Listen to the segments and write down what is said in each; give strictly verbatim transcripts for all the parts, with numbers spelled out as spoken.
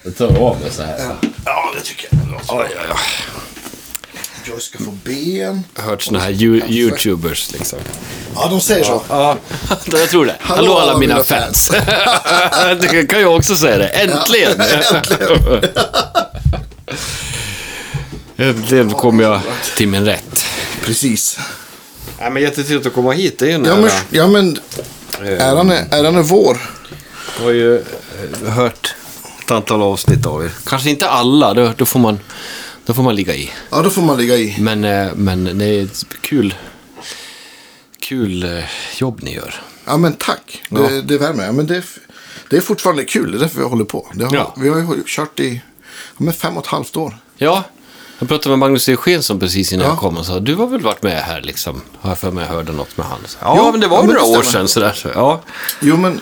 tar av det så här. Ja, ja det tycker jag. Oj, oj, oj. Jag ska få ben. Jag har hört såna här you- YouTubers liksom. Ja, de säger så. Ja, jag tror det. Hallå, Hallå alla, alla mina, mina fans. fans. Det kan jag också säga det. Äntligen. Äntligen. Äntligen kommer jag till min rätt. Precis. Ja, men jättetrevligt att komma hit. Det är ju ja, men, ja, men äran är, äran är vår. Jag har ju hört ett antal avsnitt av er. Kanske inte alla, då, då, får man, då får man ligga i. Ja, då får man ligga i. Men, men det är ett kul, kul jobb ni gör. Ja, men tack. Ja. Det, det värmer. Ja, men det, det är fortfarande kul, det är därför vi håller på. Det har, ja. Vi har ju kört i ja, men fem och ett halvt år. Ja, jag pratade med Magnus Eugensson precis innan ja. jag kom och sa, du har väl varit med här liksom? Har jag för mig hörde något med han. Ja, ja, men det var ja, några det år sedan sådär. Så, ja. Jo, men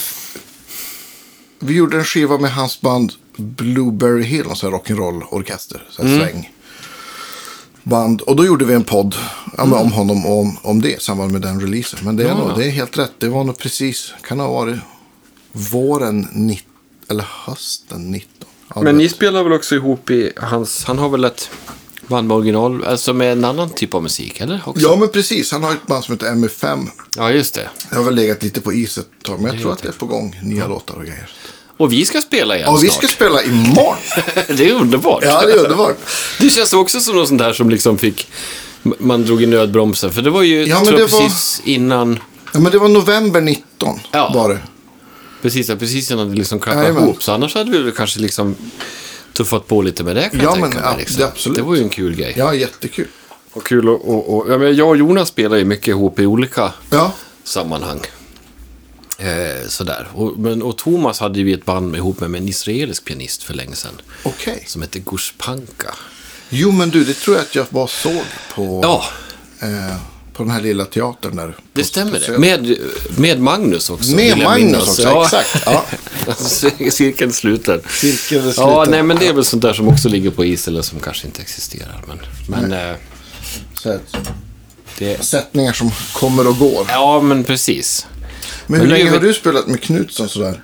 vi gjorde en skiva med hans band Blueberry Hill, en sån här rock'n'roll-orkester, så här mm. sväng. Band. Och då gjorde vi en podd ja, mm. om honom och om, om det i samband med den releasen. Men det är, ja. nog, det är helt rätt. Det var nog precis, kan ha varit våren nitton, eller hösten nitton. Ja, men ni spelar väl också ihop i hans, han har väl ett band med original, alltså med en annan typ av musik, eller? Också? Ja, men precis. Han har ett band som heter M F fem. Ja, just det. Jag har väl legat lite på is ett tag, men jag det tror att det är på gång. Nya ja. låtar och grejer. Och vi ska spela igen Ja, snart. vi ska spela imorgon. Det är underbart. Ja, det är underbart. Det känns också som något sånt där som liksom fick, man drog i nödbromsen. För det var ju, ja, tror jag, var... precis innan... Ja, men det var november nitton ja. var det. Precis, ja, precis innan det liksom kraschade ihop. Så annars hade vi väl kanske liksom tuffat på lite med det, kan ja, jag men, tänka ja, mig. Liksom. Det, absolut. Det var ju en kul grej. Ja, jättekul. Och kul och, och, och ja, men jag och Jonas spelar ju mycket ihop i olika ja. sammanhang. Eh, sådär. Och, men, och Thomas hade vi ett band med, ihop med, med en israelisk pianist för länge sedan. Okej. Okay. Som heter Gushpanka. Jo, men du, det tror jag att jag bara såg på, ja. eh, på den här lilla teatern där. Det stämmer det. Med, med Magnus också. Med Magnus också, ja. Exakt. Ja. Cirkeln slutar. Cirkeln slutar. Ja, nej, men det är väl sånt där som också ligger på is eller som kanske inte existerar. Men, men eh, Så det... sättningar som kommer och går. Ja, men precis. Men hur men länge har vi... du spelat med Knutsson sådär?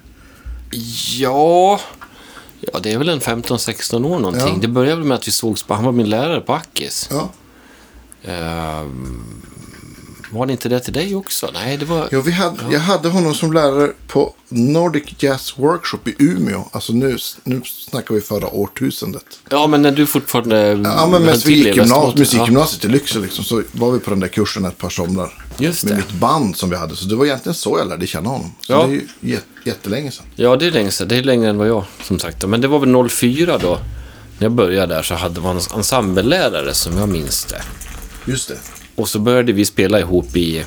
Ja, ja, det är väl en femton sexton år någonting. Ja. Det började väl med att vi sågs på, han var min lärare på Akis. Ja. Uh, var det inte det till dig också? Nej, det var... Jo, vi hade, ja. Jag hade honom som lärare på Nordic Jazz Workshop i Umeå. Alltså nu, nu snackar vi förra årtusendet. Ja, men när du fortfarande... Ja, men medan vi gick gymnas- musikgymnasiet ja. i Lycksele liksom, så var vi på den där kursen ett par somrar. Just det. Med mitt band som vi hade. Så det var egentligen så jag lärde känna honom. Så ja. det är ju jät- jättelänge sedan. Ja, det är länge sedan. Det är längre än vad jag, som sagt. Men det var väl noll fyra då. När jag började där så hade man en ensemblelärare som jag minns det. Just det. Och så började vi spela ihop i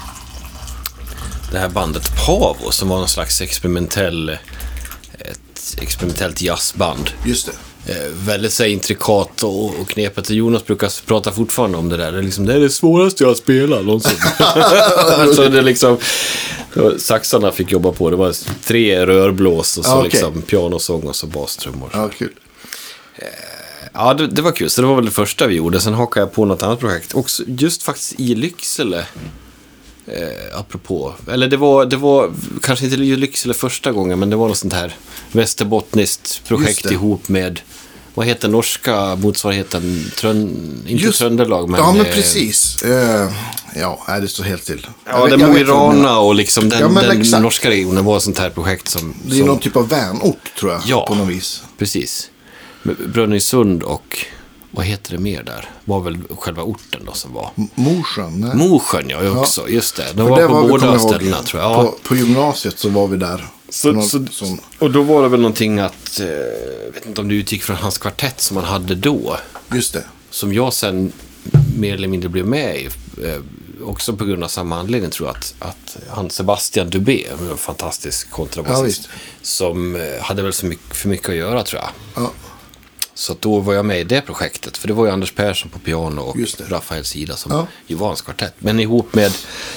det här bandet Pavo som var någon slags experimentell ett experimentellt jazzband. Just det. Eh, väldigt så intrikat och, och knepet. Jonas brukar prata fortfarande om det där. Det är, liksom, det är det svåraste jag spelar någonsin. Så det liksom saxarna fick jobba på. Det var tre rörblås och så ah, okay. liksom pianosång och så bastrummor. Ja, ah, kul. Eh, Ja, det, det var kul. Så det var väl det första vi gjorde. Sen hakade jag på något annat projekt. Också just faktiskt i Lycksele. Eh, apropå. Eller det var, det var kanske inte i Lycksele första gången. Men det var något sånt här västerbottniskt projekt ihop med... Vad heter norska motsvarigheten? Trön, inte just, Tröndelag, men... Ja, men precis. Eh, ja, är det så helt till. Ja, det Mo i Rana och liksom den, ja, den norska regionen var ett sånt här projekt som... Det är som, någon typ av vänort, tror jag. Ja, på något vis. Precis. Brönnöysund och vad heter det mer där? Var väl själva orten då som var? Mosjön. Nej. Mosjön, ja, också. Ja. Just det. De För var det på var båda ställena, tror jag. Ja. På, på gymnasiet så var vi där. Så, någon, så, som... Och då var det väl någonting att, eh, jag vet inte om det utgick från hans kvartett som han hade då. Just det. Som jag sen mer eller mindre blev med i. Eh, också på grund av samma anledning, tror jag, att, att han Sebastian Dubé, en fantastisk kontrabasist, ja, som eh, hade väl så mycket, för mycket att göra, tror jag. Ja. Så då var jag med i det projektet. För det var ju Anders Persson på piano och Rafael Sida som ja. ju var hans kvartett. Men ihop med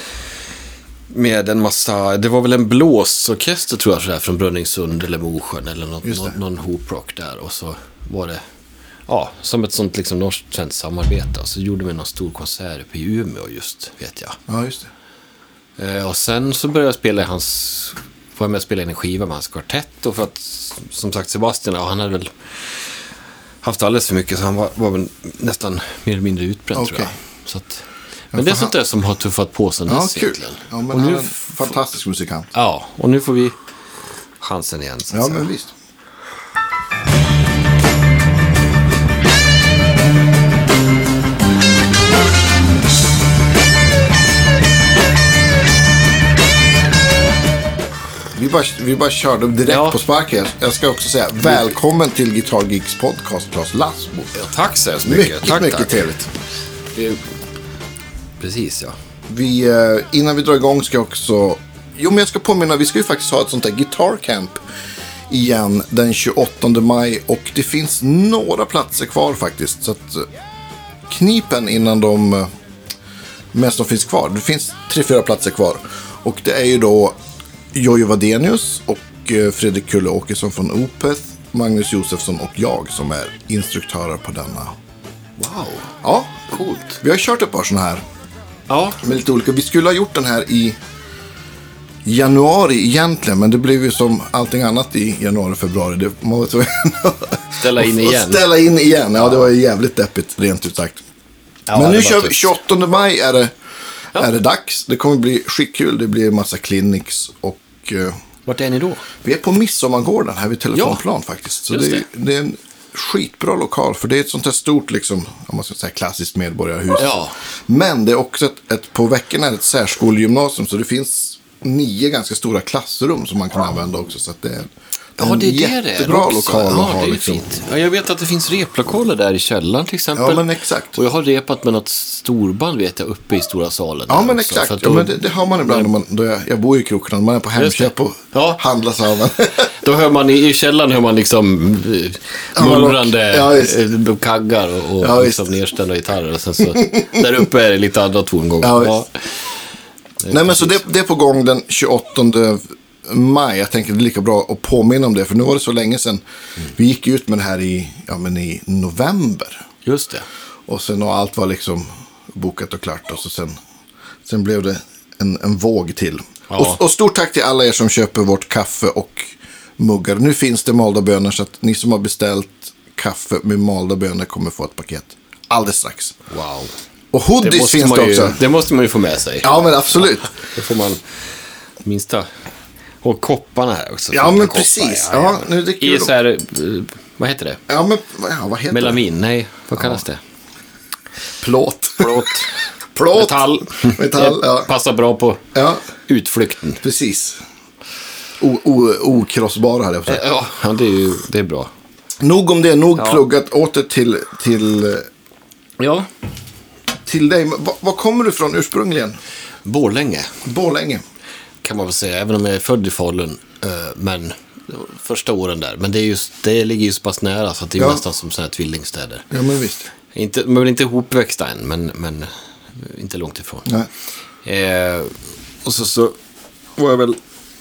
med en massa... Det var väl en blåsorkester, tror jag, sådär, från Brönnöysund eller Mosjön eller någon, någon, någon hooprock där. Och så var det ja, som ett sånt liksom norskt-svenskt samarbete. Och så gjorde vi någon stor konsert uppe i Umeå just, vet jag. Ja, just det. Eh, och sen så började jag spela i hans får jag med spela in en skiva med hans kvartett. Och för att, som sagt, Sebastian, ja, han hade väl haft alldeles för mycket, så han var, var väl nästan mer eller mindre utbränd, okay. tror jag. Så att, men ja, det är sånt han... där som har tuffat på sen ja, dess kul. egentligen. Ja, men och han nu är en fantastisk musikant. Ja, och nu får vi chansen igen. Så ja, så. men visst. Vi bara, vi bara körde direkt ja. på sparken. Jag ska också säga välkommen till Guitar Geeks podcast, Claes Lassbo. Ja, tack så mycket. Mycket, tack, mycket tack. trevligt. Det, precis, ja. Vi, innan vi drar igång ska jag också... Jo, men jag ska påminna, vi ska ju faktiskt ha ett sånt där Guitar Camp igen den tjugoåttonde maj. Och det finns några platser kvar faktiskt. Så att knipen innan de mest de finns kvar. Det finns tre, fyra platser kvar. Och det är ju då Jojje Wadenius och Fredrik Kulle Åkesson från Opeth, Magnus Josefsson och jag som är instruktörer på denna. Wow, ja, coolt. Vi har kört ett par sådana här. Ja. Med lite olika. Vi skulle ha gjort den här i januari egentligen, men det blev ju som allting annat i januari, februari. Det man var ställa in igen. Ställa in igen, ja, det var jävligt deppigt rent ut sagt. Ja, men nu kör vi, tjugoåttonde maj är det, ja. är det dags. Det kommer bli skitkul, det blir en massa clinics och... Uh, vart är ni då? Vi är på Midsommargården här vid Telefonplan ja. faktiskt. Så det, det. det är en skitbra lokal, för det är ett sånt här stort liksom, om man ska säga klassiskt medborgarhus. Ja. Men det är också ett, ett på veckan är det ett särskolegymnasium, så det finns nio ganska stora klassrum som man kan ja. använda också, så att det är ja, en det är jättebra det lokal ja, att ha. Det är liksom. fint. Ja, jag vet att det finns replokaler där i källaren till exempel. Ja, men exakt. Och jag har repat med något storband, vet jag, uppe i stora salen. Ja, men också. exakt. Då, ja, men det, det har man ibland. Men, man, då jag, jag bor i Krokarna, man är på Hemköp och ja. handlar saven. Då hör man i, i källaren hör man liksom ja, mullrande ja, kaggar och, och ja, liksom nedstämda gitarrer. Och sen så, där uppe är det lite andra tongångar. Ja, ja. Nej, men så det, det är på gång den tjugoåttonde maj. Jag tänker det är lika bra att påminna om det, för nu var det så länge sedan. Mm. Vi gick ut med det här i, ja, men i november. Just det. Och sen och allt var liksom bokat och klart. Och så sen, sen blev det en, en våg till. Ja. Och, och stort tack till alla er som köper vårt kaffe och muggar. Nu finns det malda bönor, så att ni som har beställt kaffe med malda bönor kommer få ett paket alldeles strax. Wow. Och hoodies det finns det ju, också. Det måste man ju få med sig. Ja, men absolut. Det får man minsta. Och kopparna här också. Ja, men precis. Ja, ja. Nu I är så här, vad heter det? Ja, men ja, vad heter Melamin, det? nej. Vad kallas ja. det? Plåt. Plåt. Plåt. Metall. Metall, ja. Passar bra på ja. utflykten. Precis. Okrossbara hade jag på ja, ja, det är ju det är bra. Nog om det, nog ja. pluggat åter till till ja. till dig. Var, var kommer du från ursprungligen? Borlänge. Borlänge. Kan man väl säga, även om jag är född i Falun, men första åren där. Men det, är just, det ligger ju så pass nära så att det är ja. nästan som sådana här tvillingstäder. Ja, men visst. Inte, man är inte ihopväxta än, men, men inte långt ifrån. Nej. Eh, och så, så var jag väl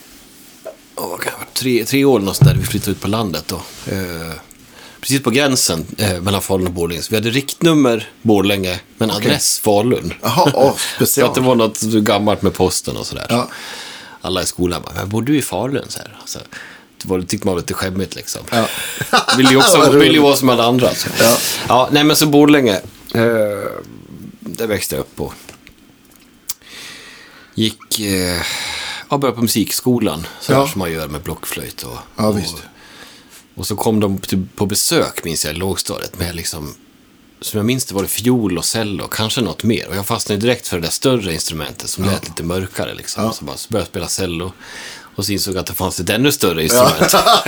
åh, kan jag vara, tre, tre år någonstans där vi flyttade ut på landet då. Eh, precis på gränsen eh, mellan Falun och Borlänge. Så vi hade riktnummer Borlänge, men okay. adress Falun. Jaha, oh, speciellt. Att det var något gammalt med posten och sådär. Ja. Alla i skolan bara, men bor du i Falun? Så här. Alltså, det var, tyckte man var lite skämmigt liksom. Ja. Vill ju också vill ju vara som alla andra. Så. Ja. Ja, nej men så Borlänge. Eh, där växte jag upp och gick... Eh, jag började på musikskolan. Så ja. som man gör med blockflöjt och... Ja, visst. Och, och så kom de på besök, minns jag, i lågstadiet med liksom, som jag minns det var det fiol och cello, kanske något mer. Och jag fastnade direkt för det där större instrumentet som ja. lät lite mörkare liksom. Ja. Så bara så började jag spela cello. Och så insåg jag att det fanns ett ännu större instrument. Ja.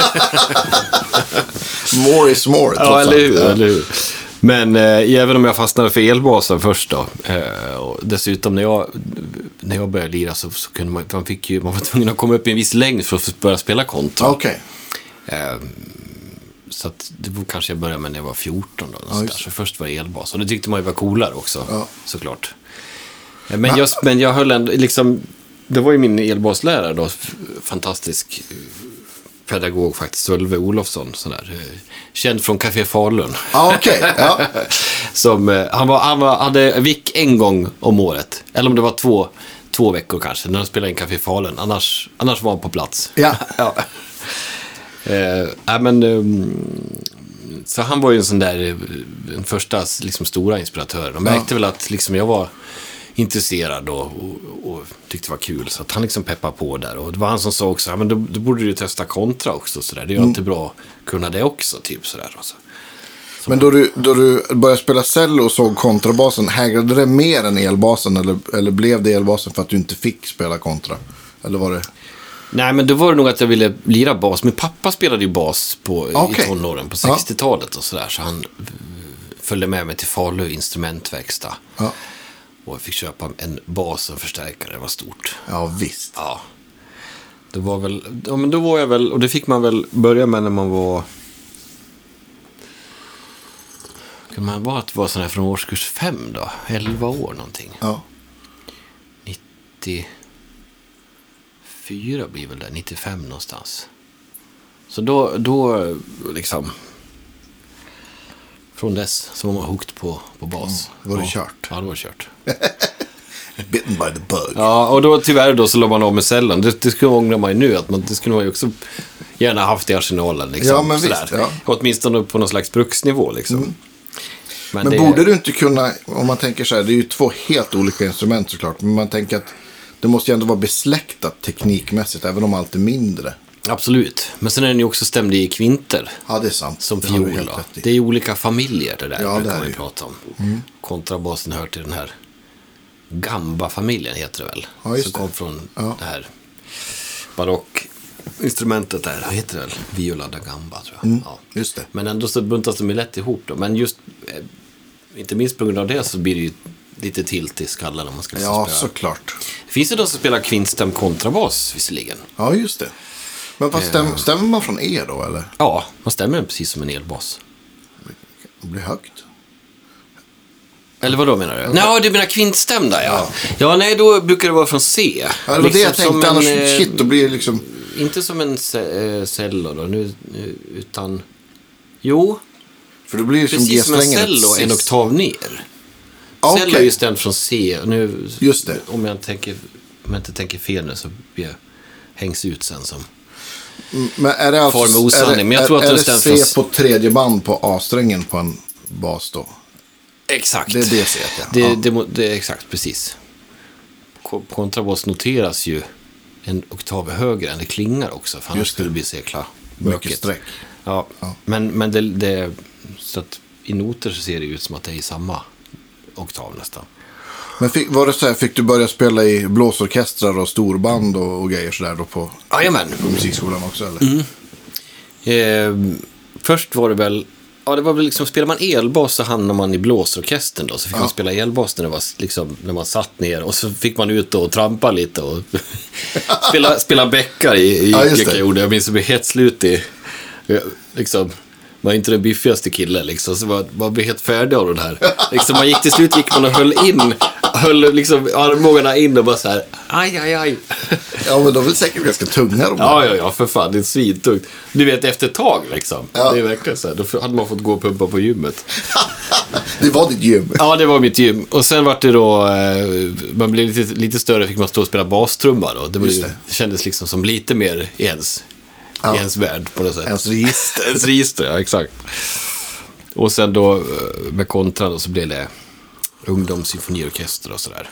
More is more. Ja, eller hur, eller hur. Men eh, även om jag fastnade för elbasen först då. Eh, och dessutom när jag, när jag började lira så, så kunde man, man, fick ju, man var tvungen att komma upp i en viss längd för att börja spela kontra. Okej. Okay. Eh, så att det var kanske jag började med när jag var fjorton då. Ja, så, så först var det elbas. Och det tyckte man ju var coolare också, ja. såklart. Eh, men, jag, men jag höll ändå, liksom, det var ju min elbaslärare då, fantastisk pedagog faktiskt, Sölve Olofsson, sån där, känd från Café Falun. Ah, okej. Okay. Ja. Som, han var, han var, hade vick en gång om året, eller om det var två, två veckor kanske, när de spelade in Café Falun. Annars, annars var han på plats. Ja. ja. Eh, äh, men, um, så han var ju en sån där, den första liksom, stora inspiratören. De märkte ja. väl att liksom, jag var intresserad och, och, och tyckte det var kul. Så att han liksom peppade på där. Och det var han som sa också, ja, men då, då borde du testa kontra också. Så där. Det är ju mm. alltid bra att kunna det också. Typ, så där, så. Så men då du, då du började spela cello och såg kontrabasen, hägrade det mer än elbasen? Eller, eller blev det elbasen för att du inte fick spela kontra? Eller var det... Nej, men då var det nog att jag ville lira bas. Min pappa spelade ju bas på, okay. i tonåren på sextiotalet och sådär. Så han följde med mig till Falu instrumentverkstad. Ja. Och jag fick köpa en bas och förstärkare. Det var stort. Ja, visst. Ja. Det var väl, ja, men då var jag väl, och det fick man väl börja med när man var... Kan man vara att vara sån här från årskurs fem då? elva år någonting. Ja. nittiofyra blir väl det, nittiofem någonstans. Så då, då liksom... Från dess så var man hooked på, på bas. Mm, var det kört? Ja, det var kört. Bitten by the bug. Ja, och då tyvärr då så la man av med cellen. Det, det skulle ångra man ju nu. Att man, det skulle man ju också gärna haft i arsenalen. Liksom, ja, men visst. Ja. Åtminstone på någon slags bruksnivå. Liksom. Mm. Men, men det... borde du inte kunna, om man tänker så här, det är ju två helt olika instrument såklart. Men man tänker att det måste ju ändå vara besläktat teknikmässigt, även om allt är mindre. Absolut. Men sen är den ju också stämd i kvinter. Ja, det är sant. Som fiol. Det, det är ju olika familjer det där. Ja, det kan man ju prata om. Mm. Kontrabasen hör till den här Gamba-familjen heter det väl. Ja, just som det. kom från ja. det här barockinstrumentet där. Vad heter det väl? Viola da Gamba tror jag. Mm. Ja. Just det. Men ändå så buntas de ju lätt ihop då. Men just, inte minst på grund av det så blir det ju lite tilt i skallen om man ska ja, spela. Såklart. Det finns ju de som spelar kvinstäm kontrabas visserligen. Ja, just det. Men vad stäm, stämmer man från E då, eller? Ja, man stämmer precis som en elbas. Det blir högt. Eller vad då menar du? Nej, no, du menar kvintstämda, ja. ja. Ja, nej, då brukar det vara från C. Ja, det var liksom det jag tänkte, en, annars shit, då blir det liksom... Inte som en cello då, nu, nu, utan... Jo, för då blir det precis som en cello, en oktav ner. Okay. Cello är ju stämt från C. Nu, just det. Om jag, tänker, om jag inte tänker fel nu så blir jag, hängs ut sen som... Men är det alltså, form osanning. är det, men jag tror är, att är det C på tredje band på A-strängen på en bas då? Exakt. Det är det C, ja. Det, ja. det, det, det är exakt, precis. Kontrabas noteras ju en oktav högre än det klingar också. För annars skulle det bli C-klar. Mycket streck. Ja, ja. men, men det, det, så att i noter så ser det ut som att det är i samma oktav nästan. Men fick, var det så här, fick du börja spela i blåsorkestrar och storband och, och grejer sådär då på, Jajamän. på musikskolan också, eller? Mm. Eh, först var det väl, ja det var väl liksom, spelar man elbas så hamnar man i blåsorkestern då, så fick ja. man spela elbas när det var liksom, när man satt ner och så fick man ut och trampa lite och spela, spela bäckar i, i ja, jag gjorde. Jag minns att jag blev helt slut i, liksom, var inte den biffigaste killen liksom, så var man blev helt färdig av det här. Liksom, man gick till slut gick man och höll in höll liksom armbågarna in och bara så här aj aj aj. Ja, men de är säkert ganska tunga de ja, ja, ja, för fan, det är svintungt. Du vet, efter ett tag liksom. Ja. Det är verkligen så här, då hade man fått gå och pumpa på gymmet. Det var ditt gym. Ja, det var mitt gym. Och sen var det då, man blev lite, lite större, fick man stå och spela bastrumma då. Det, var ju, det kändes liksom som lite mer ens ja. ens värld på något sätt. Ens register. ens register, ja, exakt. Och sen då med kontra då så blev det ungdomssymfoniorkester och sådär.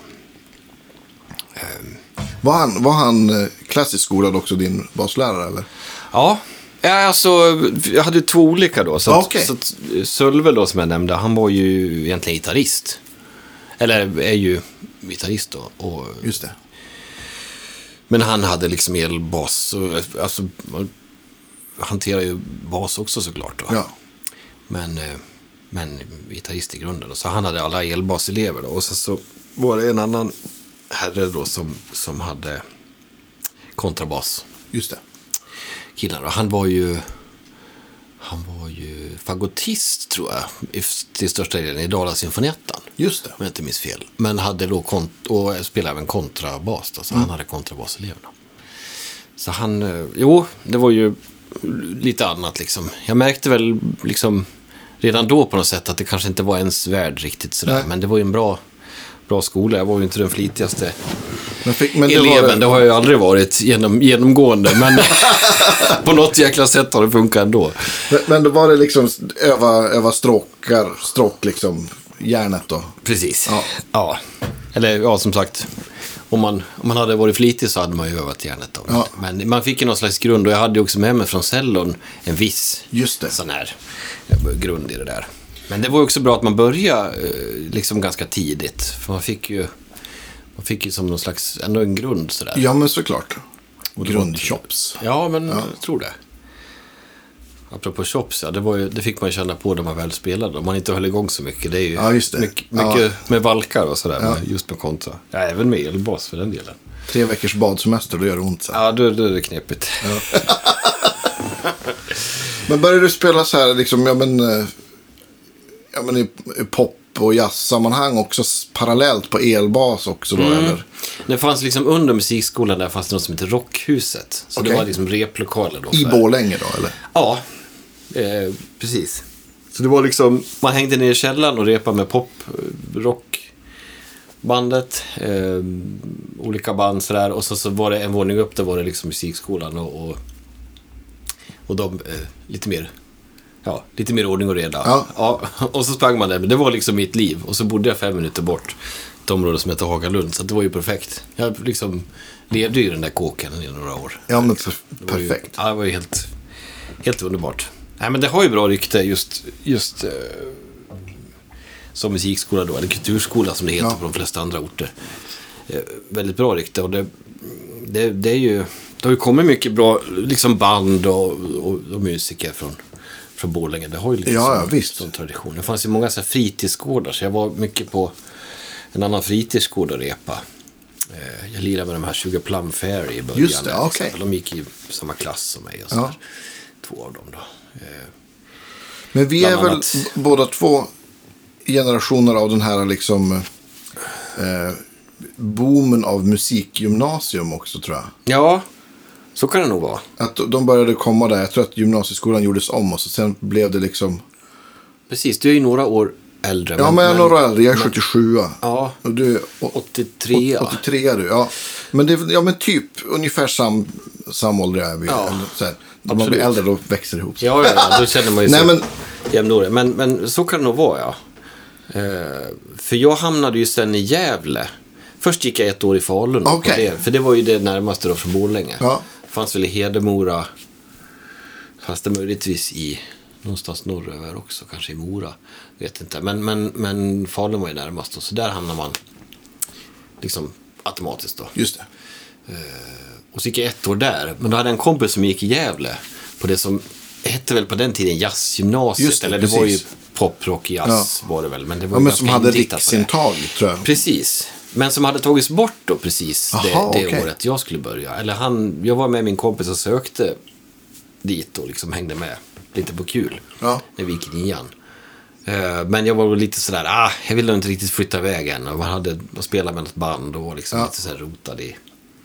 Var han, var han klassiskt skolad också, din baslärare, eller? Ja, alltså jag hade två olika då. Så, okay. att, så att Sölve då som jag nämnde, han var ju egentligen gitarrist. Eller är ju gitarrist då. Och, just det. Men han hade liksom elbas. Och, alltså, man hanterar ju bas också såklart då. Ja. Men... Men gitarrist i grunden. Så han hade alla elbaselever då. Och sen så var det en annan herre då som, som hade kontrabas. Just det. Killar. Och han var ju han var ju fagottist tror jag. Till största delen i Dalasymfoniettan. Just det. Om jag inte minns fel. Men hade då kont- och spelade även kontrabas då. Så mm. han hade kontrabaseleverna. Så han, jo, det var ju lite annat liksom. Jag märkte väl liksom redan då på något sätt att det kanske inte var ens värd riktigt sådär. Nej. Men det var ju en bra, bra skola. Jag var ju inte den flitigaste Men fick, men det eleven, var det... det har jag ju aldrig varit genom, genomgående, men på något jäkla sätt har det funkat ändå. Men, men då var det liksom öva, öva stråkar, stråk liksom, hjärnet då? Precis, ja. ja. Eller ja, som sagt, om man, om man hade varit flitig så hade man ju övat hjärnet då. Ja. Men man fick ju någon slags grund, och jag hade ju också med mig från cellon en viss Just det. sån här grund i det där. Men det var ju också bra att man började liksom ganska tidigt, för man fick ju man fick ju som någon slags, ändå en grund sådär. Ja, men såklart. Grundchops. Ja, men ja. jag tror det. Apropå chops, ja, det, var ju, det fick man ju känna på när man väl spelade. Om man inte höll igång så mycket. Det är ju ja, just det. mycket, mycket ja. med valkar och sådär, ja. just med kontra. Ja, även med elbas för den delen. Tre veckors badsemester, då gör det ont sen. Ja, då, då är det knepigt. Ja. Men började du spela så här, liksom, ja men, ja, men i, i pop och jazzsammanhang också parallellt på elbas också då, mm. eller? Det fanns liksom under musikskolan där fanns det något som heter Rockhuset. Så okay. Det var liksom replokaler då. I Borlänge då, eller? Ja, eh, precis. Så det var liksom, man hängde ner i källaren och repade med pop, rockbandet, eh, olika band sådär. Och så, så var det en våning upp, där var det liksom musikskolan och, och, och de eh, lite mer... Ja, lite mer ordning och reda. Ja. Ja, och så sprang man där. Men det var liksom mitt liv. Och så bodde jag fem minuter bort. Ett område som heter Hagalund. Så det var ju perfekt. Jag liksom levde i den där kåken i några år. Ja, men per- perfekt. Ju, ja, det var ju helt, helt underbart. Nej, men det har ju bra rykte just, just eh, som musikskola då. Eller kulturskola som det heter, ja. På de flesta andra orter. Eh, väldigt bra rykte. Och det, det, det är ju... Det har ju kommit mycket bra liksom band och, och, och musiker från... från Borlänge. Det har ju liksom ja, ja, visst. Sån tradition. Det fanns ju många så här fritidsgårdar, så jag var mycket på en annan fritidsgård och repa. Eh, jag lirade med de här tjugo Plum Fairy i början. Just det, okej. Okay. De gick i samma klass som mig och så ja. Två av dem då. Eh, Men vi är väl annat... båda två generationer av den här liksom eh, boomen av musikgymnasium också, tror jag. Ja, så kan det nog vara. Att de började komma där. Jag tror att gymnasieskolan gjordes om och så sen blev det liksom... Precis, du är ju några år äldre. Ja, men, men jag är några äldre. Jag är sjuttiosju. Ja, och du är åttiotre. åttiotre är du, ja. Men, det, ja, men typ ungefär sam, samåldriga är vi. Ja, eller, så här, när man blir äldre då växer det ihop. Ja, ja, ja, då känner man ju Nej, så men... jämnårig. Men, men så kan det nog vara, ja. Eh, för jag hamnade ju sen i Gävle. Först gick jag ett år i Falun. Okay. Det, för det var ju det närmaste då från Borlänge. Ja. Det fanns väl i Hedemora. Fast det möjligtvis i någonstans norröver också. Kanske i Mora. Vet inte. Men, men, men Falun var ju närmast. Och så där hamnar man liksom automatiskt då. Just det. Eh, och så gick jag ett år där. Men då hade jag en kompis som gick i Gävle. På det som hette väl på den tiden jazzgymnasiet. Just det, eller det precis. Var ju poprock, jazz ja. Var det väl. Men, det var ja, men som hade riksintag, tror jag. Precis. Men som hade tagits bort då precis Aha, det, det okay. året jag skulle börja. Eller han, jag var med min kompis och sökte dit och liksom hängde med lite på kul. Ja. När vi gick i nian. Uh, men jag var lite sådär, ah, jag ville inte riktigt flytta iväg än. Och man hade att spela med något band och var liksom ja. Lite sådär rotad i.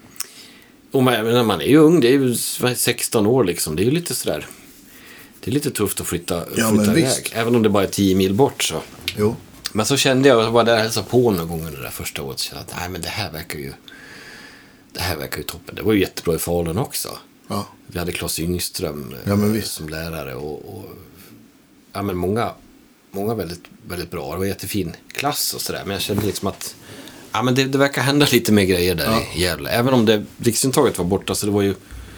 Och man, när man är ju ung, det är ju sexton år liksom. Det är ju lite sådär, det är lite tufft att flytta, ja, flytta iväg. Visst. Även om det bara är tio mil bort så. Jo. Men så kände jag, jag var där och hälsade på någon gång under det där första året. Så kände att nej, men det här verkar ju det här verkar ju toppen. Det var ju jättebra i Falun också. Ja. Vi hade Claes Yngström ja, som lärare och, och ja, men många, många väldigt, väldigt bra. Det var jättefin klass och sådär. Men jag kände liksom att ja, men det, det verkar hända lite mer grejer där ja. I Gävle. Även om det riksintaget var borta, så det var ju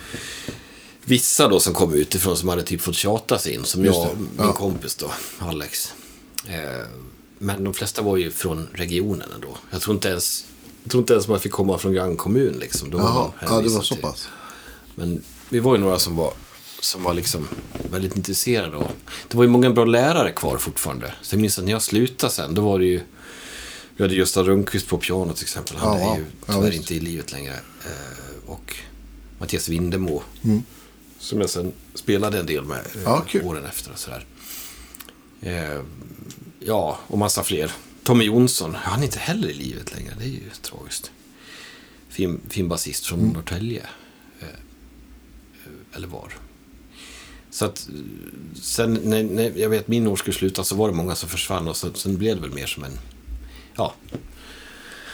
vissa då som kom utifrån som hade typ fått tjata sig in. Som Just jag, det. min Ja. kompis då, Alex. Eh, men de flesta var ju från regionen ändå. Jag tror inte ens, jag tror inte ens man fick komma från grannkommun liksom. Då Jaha, var ja, det var så pass. Men vi var ju några som var som var liksom väldigt intresserade. Och det var ju många bra lärare kvar fortfarande. Så jag minns att när jag slutade sen, då var det ju vi hade Gösta Rundqvist på piano till exempel. Han ja, är ju tyvärr ja, inte i livet längre. Eh, och Mattias Vindemo mm. som jag sen spelade en del med eh, ja, åren efter och sådär. Eh, ja, och massa fler. Tommy Jonsson, han är inte heller i livet längre. Det är ju tragiskt. Fin, fin basist från mm. Norrtälje. Eh, eller var. Så att sen när, när jag vet min år skulle sluta så var det många som försvann och så, sen blev det väl mer som en ja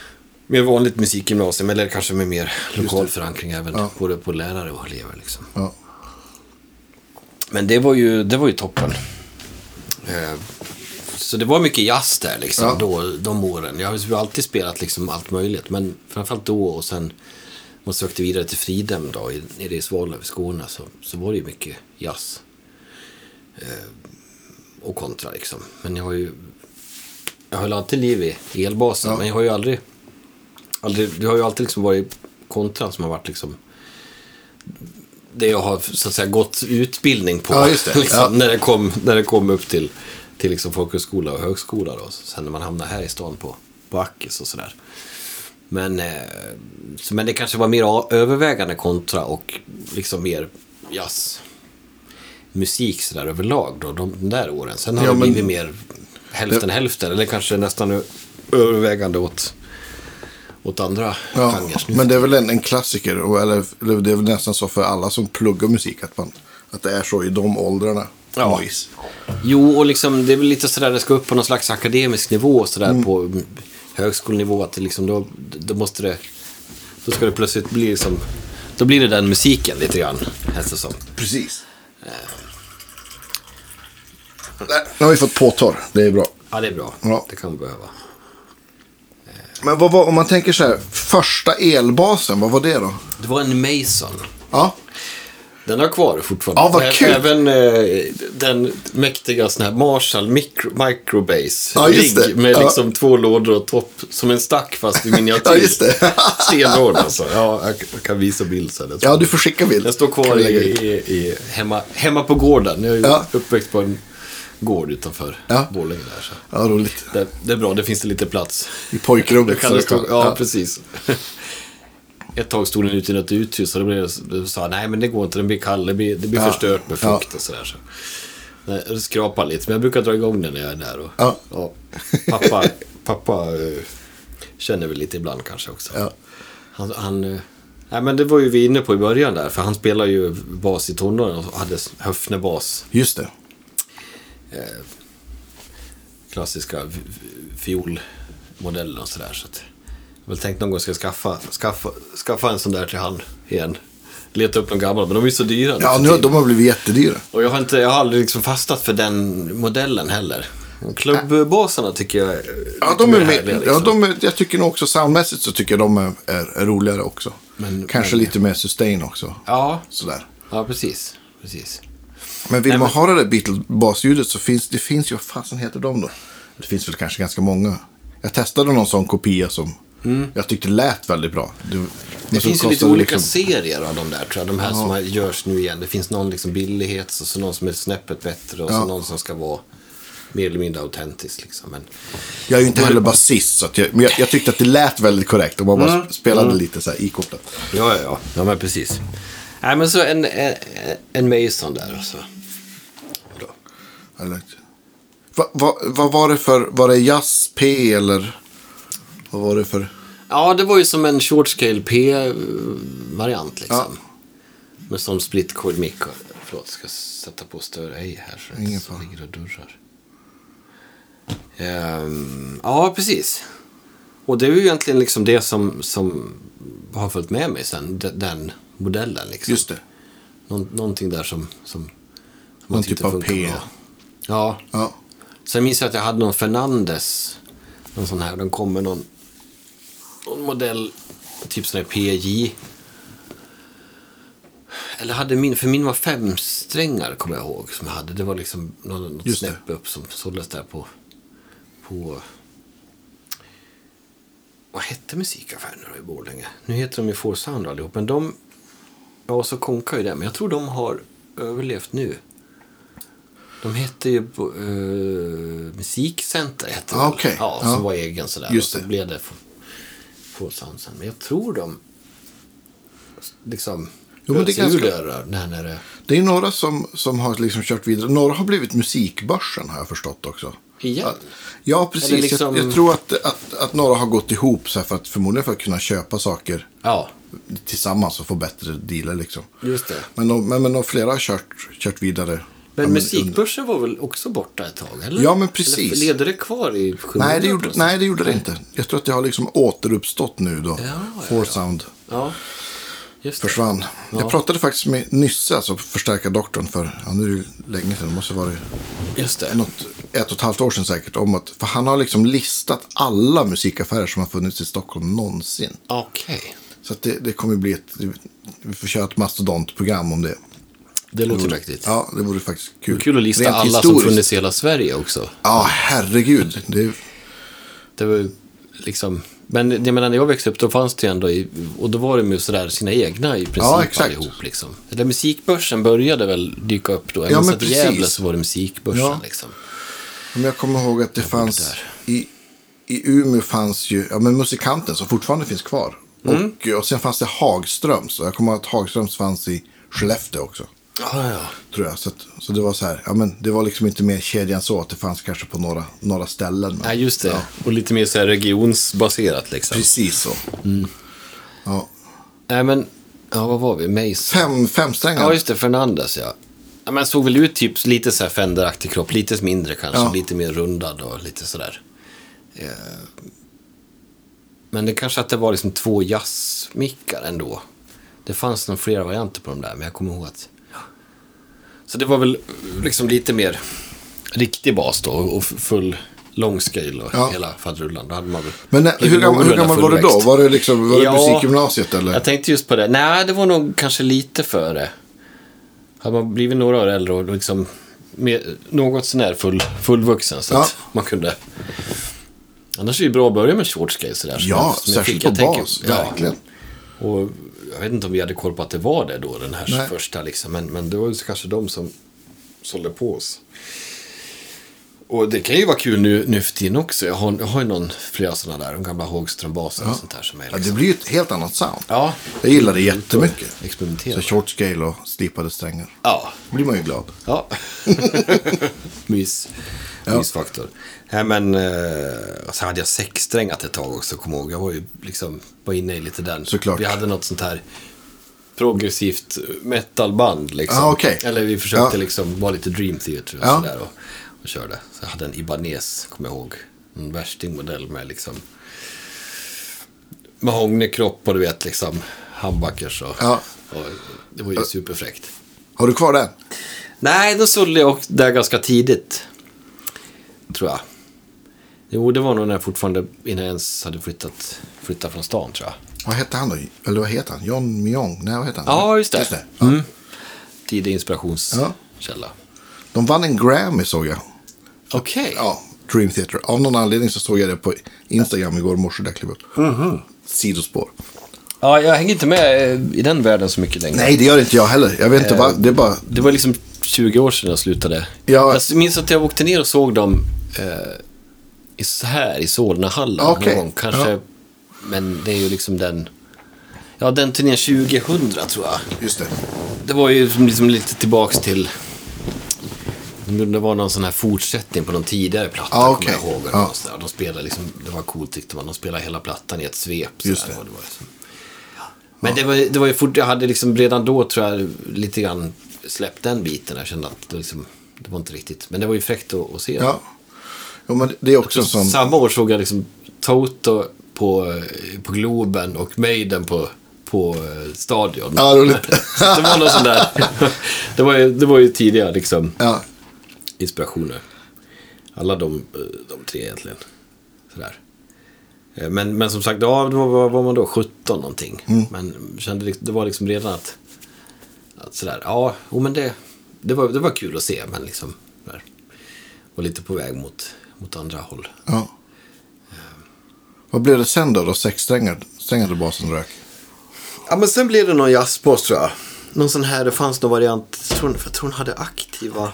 mer vanligt musikgymnasium, eller kanske med mer lokal förankring även ja. både på lärare och elever liksom. Ja. Men det var ju, det var ju toppen. Eh, så det var mycket jazz där liksom ja. då, de åren. Jag har ju alltid spelat liksom allt möjligt, men framförallt då och sen man sökte vidare till Fridhem då nere i Svalöv i Skåne, så, så var det ju mycket jazz. Eh, och kontra liksom. Men jag har ju jag har ju alltid liv i elbasen, ja. men jag har ju aldrig aldrig, det har ju alltid liksom varit kontran som har varit liksom det jag har så att säga gått utbildning på ja, just det. liksom, ja. när det kom när det kom upp till till liksom folkhögskola och högskola då, sen när man hamnar här i stan på på Ackes och sådär. Men eh, så, men det kanske var mer övervägande kontra och liksom mer jazz musik så där överlag då de, de där åren. Sen har ja, det blivit men... mer hälften det... hälften eller kanske nästan övervägande åt åt andra ja, genrer. Men det är väl en, en klassiker, och, eller, eller det är väl nästan så för alla som pluggar musik att, man, att det är så i de åldrarna. Ja. Jo, och liksom, det är väl lite sådär, det ska upp på någon slags akademisk nivå sådär mm. på högskolenivå, att det liksom, då, då måste det då ska det plötsligt bli liksom, då blir det den musiken lite grann, helst som. Precis. Eh. Nu har vi fått påtar, det är bra. Ja, det är bra. Ja. Det kan man behöva. Men vad var, om man tänker så här, första elbasen, vad var det då? Det var en Mason. Ja. Den har kvar fortfarande. Ja, vad kul. Även eh, den mäktiga sån här Marshall micro, Microbase ja, just det. med ja. liksom två lådor och topp som en stack fast i miniatyr. Ja, just det. Stenhård alltså. Ja, jag, jag kan visa bild sen. Ja, du får skicka bild. Den står kvar i, i, i, hemma, hemma på gården. Jag är ja. uppväxt på en gård utanför ja. Borlänge där. Så. Ja, roligt. Det, det är bra, det finns det lite plats. I pojkrummet. Kan det stå, ja, ja, precis. Ett tag stod den ute i något uthus och då blev det, sa nej men det går inte, den blir kall, det blir, det blir ja. förstört med fukt ja. och sådär. Så. Det skrapar lite, men jag brukar dra igång den när jag är där. Och, ja. och pappa pappa uh, känner väl lite ibland kanske också. Ja. Han, han uh, nej men det var ju vi inne på i början där, för han spelar ju bas i tonåren och hade höfnebas. Just det. Eh, klassiska fiolmodellen och sådär, så att jag har tänkt någon gång ska jag skaffa, skaffa, skaffa en sån där till han igen. Leta upp någon gammal, men de är ju så dyra. Ja, nu, de har blivit jättedyra. Och jag har, inte, jag har aldrig liksom fastnat för den modellen heller. Klubbbaserna tycker jag är ja, de är härliga, liksom. Ja, de är, jag tycker nog också soundmässigt så tycker jag de är, är, är roligare också. Men, kanske men, lite mer sustain också. Ja, sådär. Ja precis, precis. Men vill Nej, man men... ha det där Beatles-basljudet så finns det finns ju, vad fasen heter de då? Det finns väl kanske ganska många. Jag testade någon sån kopia som mm. jag tyckte lät väldigt bra. Det, det finns ju lite olika liksom... serier av de där, tror jag. De här ja. som görs nu igen. Det finns någon liksom billighets och så någon som är snäppet bättre och ja. så någon som ska vara mer eller mindre autentisk liksom. Men... jag är ju inte heller basist, så att jag, men jag, jag tyckte att det lät väldigt korrekt och man bara mm. spelade mm. lite så här ikopplat. Ja, ja, ja. Ja, men precis. Nej, men så en, en, en Mason där och så. Bra. Vad va, va var det för, var det jazz P eller vad var det för? Ja, det var ju som en short scale P-variant liksom. Ja. Med som split chord mic. Förlåt, jag ska sätta på större ej här så Ingen det ligger och durrar. Um, ja, precis. Och det är ju egentligen liksom det som, som har följt med mig sen, den, den modellen liksom. Just det. Någon, någonting där som, som, som någon typ av P. Bra. Ja. Ja. Sen minns jag att jag hade någon Fernandes, någon sån här, den kommer någon, någon modell, typ sån här P J. Eller hade min, för min var fem strängar kommer jag ihåg som jag hade. Det var liksom något, något snäpp upp som såldes där på, på, vad hette musikaffären då i Borlänge? Nu heter de ju Four Sound allihop, men de, ja så konkar ju det, men jag tror de har överlevt nu. De hette ju uh, Musikcenter hette ah, okay. Ja, som ja. var egen sådär. Just och så blev det Four Sound sen. Men jag tror de liksom jo, men det, är ganska... där, när det... det är några som, som har liksom kört vidare. Några har blivit musikbörsen har jag förstått också. Igen? Ja, precis. Liksom... Jag, jag tror att, att, att några har gått ihop så här för att förmodligen för att kunna köpa saker ja. tillsammans och få bättre dealer liksom. Just det. Men, de, men, men de flera har kört, kört vidare. Men ja, musikbörsen var väl också borta ett tag, eller? Ja, men precis. Eller levde det kvar i nej det, gjorde, nej, det gjorde det inte. Jag tror att det har liksom återuppstått nu då. Ja, Four ja, Sound ja. Just försvann. Ja. Jag pratade faktiskt med Nysse, alltså förstärka doktorn för, ja, nu är det länge sedan, det måste vara Just det. Något, ett och ett halvt år sedan säkert, om att, för han har liksom listat alla musikaffärer som har funnits i Stockholm någonsin. Okej. Okay. Så att det, det kommer bli ett, vi får köra ett mastodontprogram om det. Det låter det mäktigt. Ja, det vore faktiskt kul. Det kul att lista rent alla historiskt. Som funnits i hela Sverige också. Ja, herregud. Det, det var liksom... Men jag menar, när jag växte upp då fanns det ändå i, och då var det ju sådär sina egna i princip ja, allihop liksom. Eller musikbörsen började väl dyka upp då. Ja, men precis. I Gävle så var det musikbörsen ja. Liksom. Men jag kommer ihåg att det jag fanns i, i Umeå fanns ju, ja men Musikanten som fortfarande finns kvar. Mm. Och, och sen fanns det Hagströms. Och jag kommer ihåg att Hagströms fanns i Skellefteå också. Ah, ja. Tror jag. Så, att, så det var så här, ja men det var liksom inte mer kedjan så att det fanns kanske på några, några ställen. Men, ja, just det. Ja. Och lite mer så här regionsbaserat liksom. Precis så. Mm. Ja. Nej men, ja vad var vi? Mace. Fem, fem strängar. Ja just det, Fernandes ja. Ja men såg väl ut typ lite så här Fender-aktig kropp, lite mindre kanske, ja. Lite mer rundad och lite sådär. Eh. Men det kanske att det var liksom två jazzmickar ändå. Det fanns nog flera varianter på de där, men jag kommer ihåg att så det var väl liksom lite mer riktig bas då och full lång scale och ja. Hela fadrullan. Då hade man väl men nej, hur gammal, hur gammal var du då? Var det liksom var det ja, musikgymnasiet eller? Jag tänkte just på det. Nej, det var nog kanske lite före. Hade man blivit några år äldre och liksom med, något sån här full, fullvuxen så ja. Att man kunde. Annars är det bra att börja med short scale så där. Ja, som särskilt på bas. Tänker, verkligen. Ja. Och jag vet inte om vi hade koll på att det var det då, den här nej. Första liksom. Men, men det var ju kanske de som sålde på oss. Och det kan ju vara kul nu, nu för tiden också. Jag har, jag har ju någon, flera sådana där, de gamla Hågström-baser ja. Och sånt där som är liksom. Ja, det blir ju ett helt annat sound. Ja. Jag gillar det jättemycket. Experimentera. Så short scale och slipade strängar. Ja. Då blir man ju glad. Ja. Mys. Ja. Mysfaktor. Nej, men eh, så hade jag sexsträngat ett tag också, kom ihåg. Jag var ju liksom, var inne i lite den. Såklart. Vi hade något sånt här progressivt metalband liksom. Ah, okay. Eller vi försökte ja. Liksom vara lite Dream Theater och ja. sådär och, och körde. Så jag hade en Ibanez, kommer jag ihåg. En värstingmodell med liksom mahognykropp och du vet liksom handbackers och, ja. och det var ju superfräckt. Har du kvar den? Nej, då sålde jag där ganska tidigt. Tror jag. Jo, det var nog när jag fortfarande innan jag ens hade flyttat, flyttat från stan, tror jag. Vad hette han då? Eller vad heter han? John Myung? Nej, vad heter han? Ja, just det. Just det. Ja. Mm. Tidig inspirationskälla. Ja. De vann en Grammy, såg jag. Okej. Okay. Ja, Dream Theater. Av någon anledning så såg jag det på Instagram igår morse där klev upp. Mm-hmm. Sidospår. Ja, jag hänger inte med i den världen så mycket längre. Nej, det gör inte jag heller. Jag vet inte eh, vad, det är bara... Det var liksom tjugo år sedan jag slutade. Ja. Jag minns att jag åkte ner och såg dem eh, i, så här i Solnahallen okay. någon gång. Kanske, ja. Men det är ju liksom den... Ja, den turnén tjugohundra tror jag. Just det. Det var ju liksom lite tillbaks till... Det var någon sån här fortsättning på någon tidigare platta, ah, okay. kommer jag ihåg. Ja. De spelade liksom, det var coolt tyckte man. De spelade hela plattan i ett svep. Just det. Det var liksom. Men det var, det var ju fort, jag hade liksom redan då tror jag lite grann släppt den biten. Jag kände att det, liksom, det var inte riktigt. Men det var ju fräckt att, att se. Ja. Ja, men det är också som... Samma år såg jag liksom Toto på, på Globen och Maiden på, på Stadion. Ja, roligt. Det var något sånt där. Det var ju, det var ju tidiga liksom ja. Inspirationer. Alla de, de tre egentligen. Sådär. Men, men som sagt, ja, då var, var man då sjutton någonting. Mm. Men kände det var liksom redan att, att sådär, ja, oh, men det, det, var, det var kul att se, men liksom där, var lite på väg mot, mot andra håll. Ja. Um. Vad blev det sen då, då sexsträngade basen rök? Ja, men sen blev det någon jazzbas tror jag. Någon sån här, det fanns någon variant, jag tror, jag tror hon hade aktiva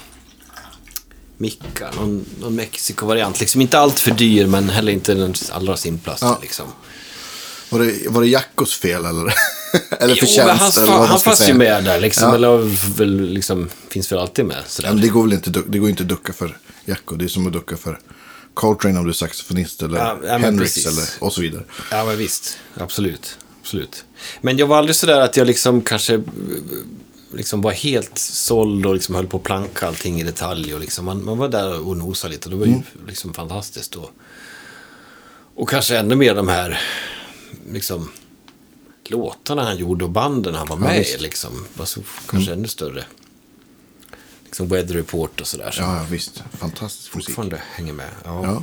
mickar, någon, någon Mexiko-variant. Liksom inte allt för dyr, men heller inte den allra simplaste. Ja. Liksom. Var det, var det Jackos fel eller? Eller förtjänst? Han, han, han fanns ju med där. Liksom, ja. Eller väl, liksom, finns väl alltid med. Ja, det går väl inte, det går inte att ducka för Jacko. Det är som att ducka för Coltrane om du är saxofonist eller ja, ja, Hendrix eller, och så vidare. Ja, men visst. Absolut. Absolut. Men jag var aldrig sådär att jag liksom kanske liksom var helt såld och liksom höll på att planka allting i detalj. Och liksom man, man var där och nosade lite och det var ju mm. liksom fantastiskt då. Och kanske ännu mer de här liksom låtarna han gjorde och banden han var med i liksom, var så kanske mm. ännu större. Liksom Weather Report och sådär. Så ja, ja, visst. Fantastisk musik. Fortfarande hänger med. Ja. Ja.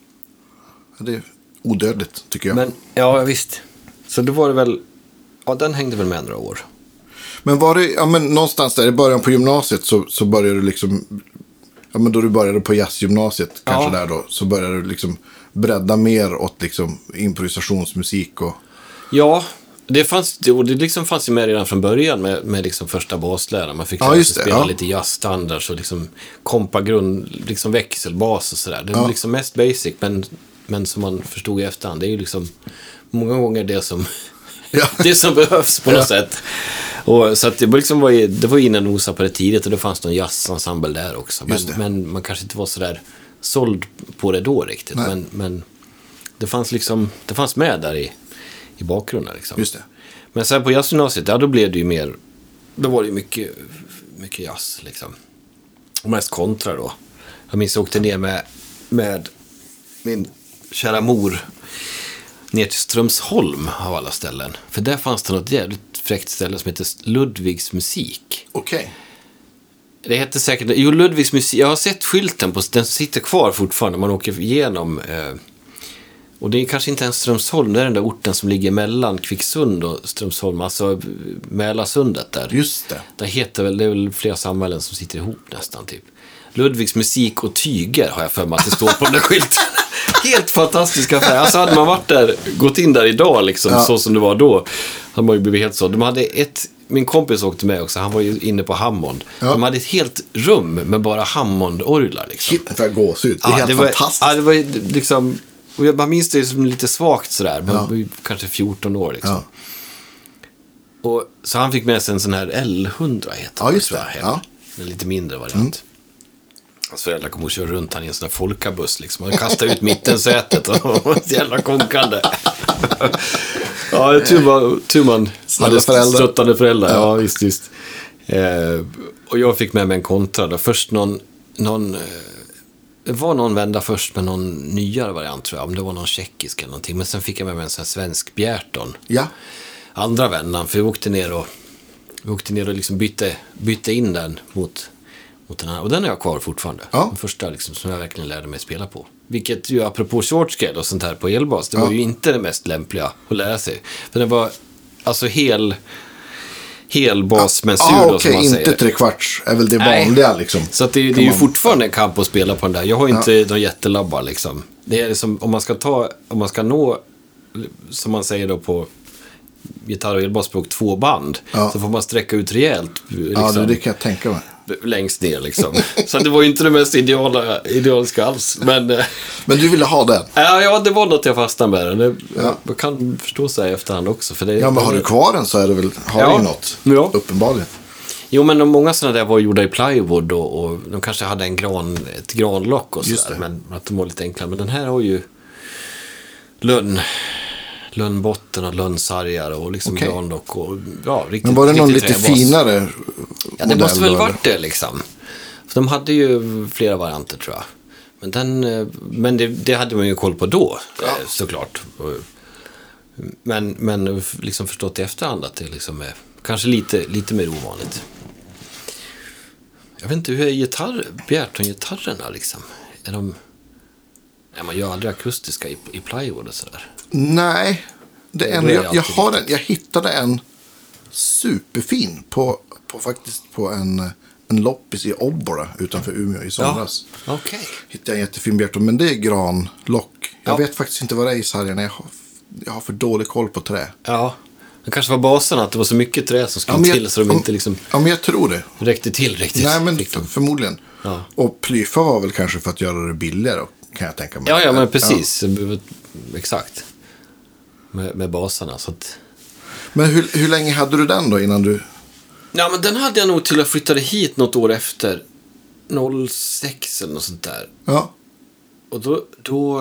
Det är odödligt, tycker jag. Men, ja, visst. Så då var det väl, ja, den hängde väl med några år. Men var det, ja men någonstans där i början på gymnasiet så, så började du liksom, ja men då du började på jazzgymnasiet kanske ja. där då, så började du liksom bredda mer åt liksom improvisationsmusik och... Ja, det fanns, och det liksom fanns ju med redan från början med, med liksom första basläran. Man fick ja, det, spela ja. lite jazzstandards och liksom kompagrund, liksom växelbas och sådär. Det är ja. liksom mest basic, men, men som man förstod i efterhand, det är ju liksom många gånger det som, ja. det som behövs på något ja. sätt. Och, så att det, liksom var, det var innan nosa på det tidigt och det fanns någon jazzensemble där också. Men, men man kanske inte var så där såld på det då riktigt. Men, men det fanns liksom, det fanns med där i i bakgrunden liksom. Just det. Men sen på jazzgymnasiet, ja, då blev det ju mer, då var det ju mycket, mycket jazz liksom. Och mest kontra då. Jag minns jag åkte ner med, med min kära mor ner till Strömsholm av alla ställen. För där fanns det något jävligt fräckt ställe som heter Ludvigs musik. Okej. Okay. Det heter säkert, jo Ludvigs musik, jag har sett skylten på, den sitter kvar fortfarande, man åker igenom eh, och det är kanske inte ens Strömsholm, det är den där orten som ligger mellan Kvicksund och Strömsholm, alltså Mälarsundet där. Just det. Det heter väl, det är väl flera samhällen som sitter ihop nästan typ. Ludvigs musik och tyger har jag för mig att det står på den där skylten. Helt fantastiska affär. Alltså hade man varit där, gått in där idag liksom, ja. så som det var då, hade man ju blivit helt så. De hade ett, min kompis åkte med också, han var ju inne på Hammond. Ja. De hade ett helt rum med bara Hammond-orglar liksom. Shit, för att gås ut. Det är ja, helt det var, fantastiskt. Ja, det var liksom, och jag bara minns det som lite svagt sådär, ja. men kanske fjorton år liksom. Ja. Och så han fick med sig en sån här L hundra heter ja, just det. det. Ja. En lite mindre variant. Mm. Hans föräldrar kom och körde runt han i en sån där folkabuss liksom. Han kastade ut mittensätet och var ett jävla konkande. Ja, tur man, tur man hade stöttande föräldrar. Ja, visst, visst. Eh, och jag fick med mig en kontra då. Först någon, någon eh, det var någon vända först med någon nyare variant tror jag. Om det var någon tjeckisk eller någonting. Men sen fick jag med mig en sån här svensk Bjärton. Ja. Andra vändan, för vi åkte ner och vi åkte ner och liksom bytte, bytte in den mot mot den här. Och den är jag kvar fortfarande. Ja. Den första liksom, som jag verkligen lärde mig spela på. Vilket ju, apropå short scale och sånt här på elbas, det ja. var ju inte det mest lämpliga att lära sig. För den var alltså hel helbas ja. men sur ah, då, okay. som man inte säger. Inte tre kvarts är väl det vanliga Nej. liksom. Så att det, det är ju man... fortfarande en kamp att spela på den där. Jag har inte ja. någon jättelabbar liksom. Det är liksom, om man ska ta, om man ska nå, som man säger då på gitarr- och elbasspråk, två band, ja. så får man sträcka ut rejält. Liksom. Ja, det kan jag tänka mig. Längst ner liksom. Så det var ju inte det mest ideala, idealiska alls. Men, men du ville ha den? Ja, ja, det var något jag fastnade med den. Det, ja. Jag kan förstå sig i efterhand också. För det, ja, men har du kvar den så är det väl, har ja. du något, ja. uppenbarligen. Jo, men många sådana där var gjorda i plywood och, och de kanske hade en gran, ett granlock och sådär. Men att de var lite enklare. Men den här har ju lönn. lönnbotten och lönnsargar och liksom okay. granlock och ja, riktigt. Men var det någon lite träbas. Finare? Ja, det måste väl varit det liksom. För de hade ju flera varianter tror jag. Men den, men det, det hade man ju koll på då, ja. såklart. Men men liksom förstått i efterhand att det liksom är kanske lite lite mer ovanligt. Jag vet inte hur är gitarr, Bjärton-gitarrerna liksom. Är de ja, man gör aldrig akustiska i, i plywood och sådär. Nej, det det enda, jag, jag, har en, jag hittade en superfin på, på faktiskt på en, en loppis i Obbora utanför Umeå i somras. Ja, okej. Okay. Hittade jag en jättefin Bjärton, men det är granlock. Jag ja. vet faktiskt inte vad det är i sargen. Jag har, jag har för dålig koll på trä. Ja, det kanske var basen att det var så mycket trä som skulle ja, till så de inte liksom ja, men jag tror det. räckte till riktigt. Nej, men för, förmodligen. Ja. Och plyfa var väl kanske för att göra det billigare, kan jag tänka mig. Ja, ja men precis. Ja. Exakt. Med, med basarna. Så att... Men hur, hur länge hade du den då innan du... Ja, men den hade jag nog till jag flyttade hit något år efter. noll sex eller något sånt där. Ja. Och då... Då,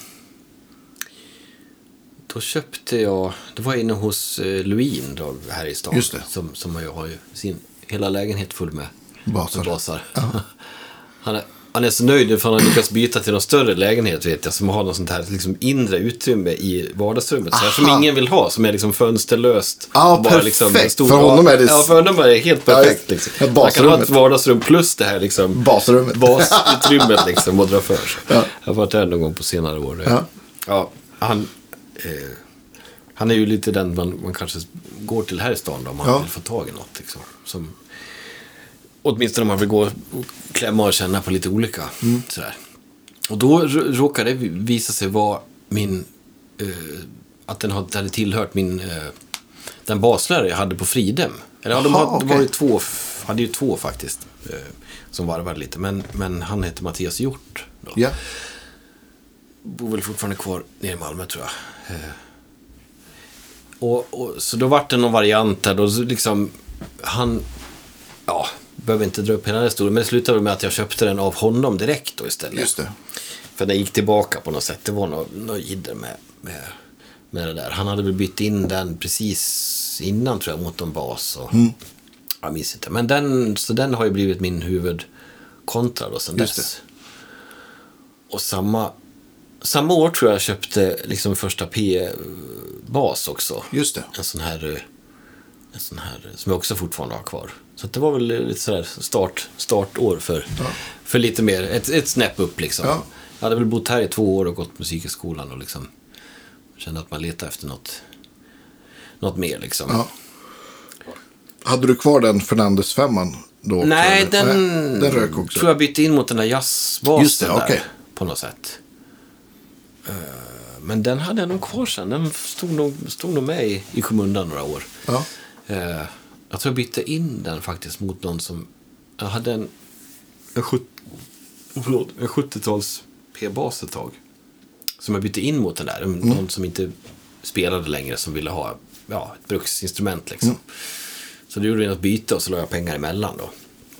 då köpte jag... Då var jag inne hos Luin då, här i stan. Just det. Som, som jag har ju sin hela lägenhet full med basar. basar. Ja. han, är, han är så nöjd för han har lyckats byta till någon större lägenhet, vet jag, som har något sånt här liksom inre utrymme i vardagsrummet. Så här, som ingen vill ha, som är liksom fönsterlöst. Ja, bara perfekt. Liksom stor, för honom är det... Ja, för honom är det helt perfekt. Ja, liksom. Man kan ha ett vardagsrum plus det här liksom, basrummet. Basutrymmet liksom, och dra för sig. Ja. Jag har varit där någon gång på senare år. Ja. Ja, han... Eh, Han är ju lite den man, man kanske går till här i stan då, om man ja. vill få tag i något. Liksom, som, åtminstone om man vill gå och klämma och känna på lite olika. Mm. Sådär. Och då råkade det visa sig vara min... Eh, att den hade tillhört min... Eh, den baslärare jag hade på Fridhem. Eller Aha, de hade, okay. var ju två, hade ju två faktiskt. Eh, som varvade lite. Men, men han heter Mattias Hjort. Då. Yeah. Bor väl fortfarande kvar nere i Malmö, tror jag. Eh, Och, och, så då var det någon variant där då liksom han, ja, behöver inte dra upp hela den historien, men det slutade med att jag köpte den av honom direkt då istället. Just det. För den gick tillbaka på något sätt, det var något, något jidder med, med, med det där. Han hade väl bytt in den precis innan, tror jag, mot en bas och, mm. jag minns inte, men den, så den har ju blivit min huvudkontra då sen Just dess. Det. Och samma Samma år tror jag köpte liksom första P-bas också. Just det. En sån här, en sån här som jag också fortfarande har kvar. Så det var väl lite sådär start, startår för, ja. för lite mer, ett, ett snäpp upp liksom. Ja. Jag hade väl bott här i två år och gått musikskolan och liksom kände att man letar efter något, något mer liksom. Ja. Hade du kvar den Fernandes femman då? Nej, den, Nej, den rök också. Tror jag bytte in mot den där jazzbasen. Just det, där, okay. på något sätt. Men den hade jag nog kvar sen. Den stod nog, stod nog med i, i kommunen några år. Ja. Jag tror jag bytte in den faktiskt mot någon som... Jag hade en, en, sjut, förlåt, en sjuttio-tals P-bas ett tag. Som jag bytte in mot den där. Mm. Någon som inte spelade längre, som ville ha ja, ett bruksinstrument liksom. Mm. Så då gjorde jag något byte och så la jag pengar emellan då.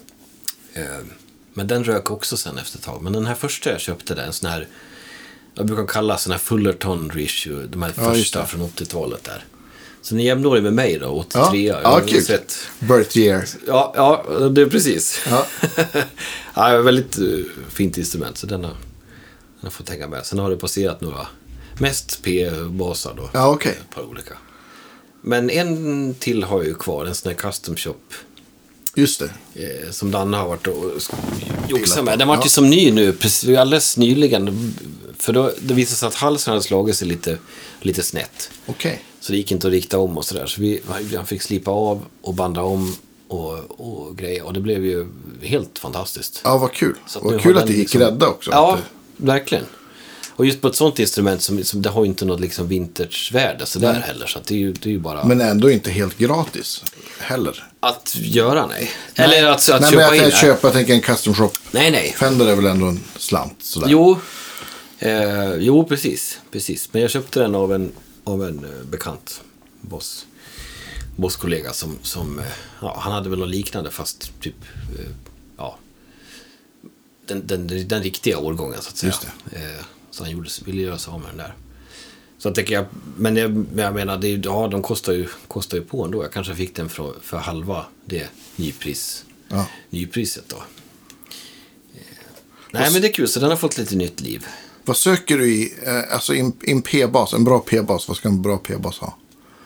Men den rök också sen efter ett tag. Men den här första jag köpte, den sån här... Jag brukar kalla såna här Fullerton reissue, de här ja, första från åttiotalet där. Så ni är jämnårig med mig då, åttiotre. Ja, ja kul. Sett... Birth year. Ja, ja, det är precis. Ja. Ja, väldigt uh, fint instrument, så den har, den har fått hänga med. Sen har det passerat några, mest P-basar då. Ja, okej. Okay. Ett par olika. Men en till har jag ju kvar, en sån här custom shop. Just det. Eh, som Danne har varit och joxat med. Den var ju ja. som ny nu, precis, alldeles nyligen. För då det visade sig att halsen hade slagit sig lite, lite snett. Okej. Okay. Så det gick inte att rikta om och sådär. Så vi han fick slipa av och banda om och, och grejer. Och det blev ju helt fantastiskt. Ja, vad kul. Så vad kul att det gick liksom, rädda också. Ja, det... verkligen. Och just på ett sånt instrument som, som det har ju inte något liksom vintagersvärde så där heller. Så att det är ju, det är ju bara... Men ändå inte helt gratis heller. Att göra, nej. Eller nej. att, att nej, köpa men in. Att köpa, jag tänker en custom shop. Nej, nej. Fender är väl ändå en slant sådär. Jo, eh, jo precis, precis. Men jag köpte den av en, av en eh, bekant boss, bosskollega som, som eh, ja, han hade väl något liknande fast typ, eh, ja, den, den, den, den riktiga årgången så att säga. Just det. Eh, så han gjorde, ville göra sig av med den där. Så att jag, men jag, jag menar, det, ja, de kostar ju, kostar ju på ändå. Jag kanske fick den för, för halva det nypris, ja. nypriset då. Eh, nej, men det är kul, så den har fått lite nytt liv. Vad söker du i, eh, alltså i en P-bas, en bra P-bas, vad ska en bra P-bas ha?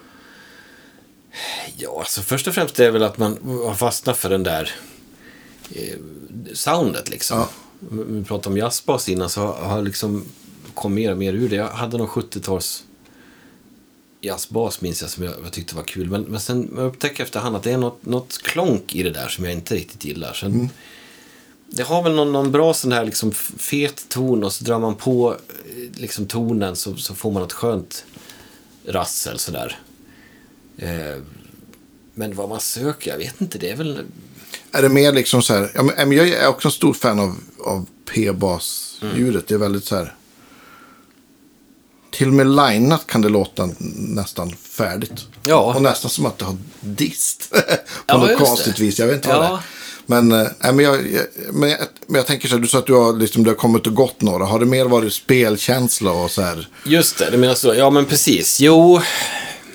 Ja, alltså först och främst är det väl att man har fastnat för den där eh, soundet liksom. Ja. Vi pratade om jazzbas innan, så har, har liksom kom mer och mer ur det. Jag hade någon sjuttio-tals jazzbas minns jag som jag, jag tyckte var kul. Men, men sen jag upptäckte efterhand att det är något, något klonk i det där som jag inte riktigt gillar. Sen, mm. Det har väl någon, någon bra sån här liksom fet ton och så drar man på liksom tonen så, så får man ett skönt rassel sådär. Eh, men vad man söker, jag vet inte, det är väl... Är det mer liksom så här, ja, men jag är också en stor fan av, av P-bas-ljudet. Mm. Det är väldigt så här... Till och med lineat kan det låta nästan färdigt. Ja. Och nästan som att det har dist. På ja, något konstigt det. vis. Jag vet inte ja. vad det är. Men, äh, men, jag, jag, men, jag, men jag tänker så här, du sa att du har, liksom, du har kommit och gått några. Har det mer varit spelkänsla och så här? Just det, det menar så. Ja, men precis. Jo,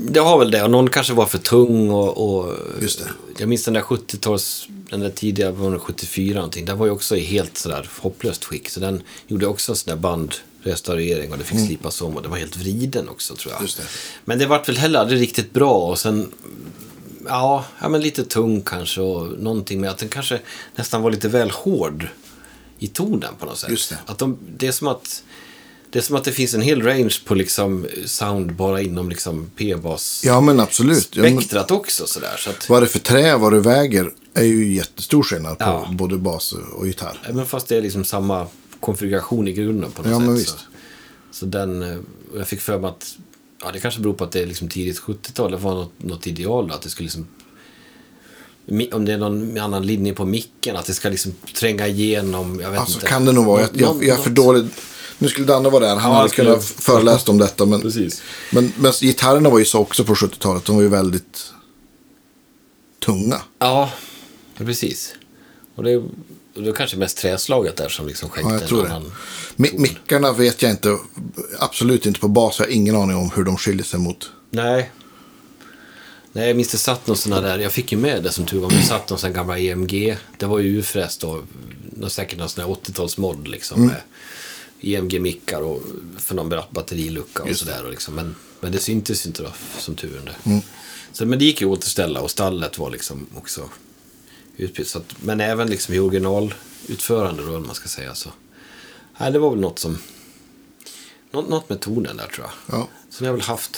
det har väl det. Och någon kanske var för tung och, och Just det. Jag minns den där sjuttio-tals, den där tidiga var sjuttiofyra någonting. Den var ju också i helt sådär hopplöst skick. Så den gjorde också en sån där bandrestaurering och det fick mm. slipas om och det var helt vriden också tror jag. Just det. Men det vart väl heller aldrig riktigt bra och sen ja, ja men lite tung kanske och någonting med att den kanske nästan var lite väl hård i tonen på något sätt. Just det. Att de, det är som att det är som att det finns en hel range på liksom sound bara inom liksom P-bas. Ja, men absolut. Spektrat ja, men, också sådär. Så att, vad det för trä, vad det väger är ju jättestor skillnad på ja. både bas och gitarr. Ja, men fast det är liksom samma konfiguration i grunden på något ja, sätt. Men visst. Så, så den, jag fick för mig att ja, det kanske beror på att det är liksom tidigt sjuttiotal. Det var något, något ideal då, att det skulle liksom om det är någon annan linje på micken att det ska liksom tränga igenom, jag vet alltså, inte. Kan det nog vara, jag, jag, jag är för dålig. Nu skulle Danne vara där, han ja, hade skulle... kunnat föreläst om detta. Men, Precis. men, men gitarrerna var ju så också på sjuttiotalet, de var ju väldigt tunga. Ja, precis. Och det, det är kanske mest träslaget där som liksom skänkte ja, jag tror en annan Mi- Mickarna vet jag inte, absolut inte på bas, jag har ingen aning om hur de skiljer sig mot. Nej. Nej, jag minns det satt någon sån där, jag fick ju med det som tur var, men det satt någon sån gamla E M G, det var ju urfräst då, säkert någon sån här åttiotalsmod liksom, mm. med E M G-mickar och för någon batterilucka och sådär liksom, men, men det syntes inte då, som tur det. Mm. Så, men det gick ju att återställa och stallet var liksom också utbytt, så att, men även liksom i originalutförande då, man ska säga så. Nej, det var väl något som något, något med tonen där tror jag. Ja. Så jag har väl haft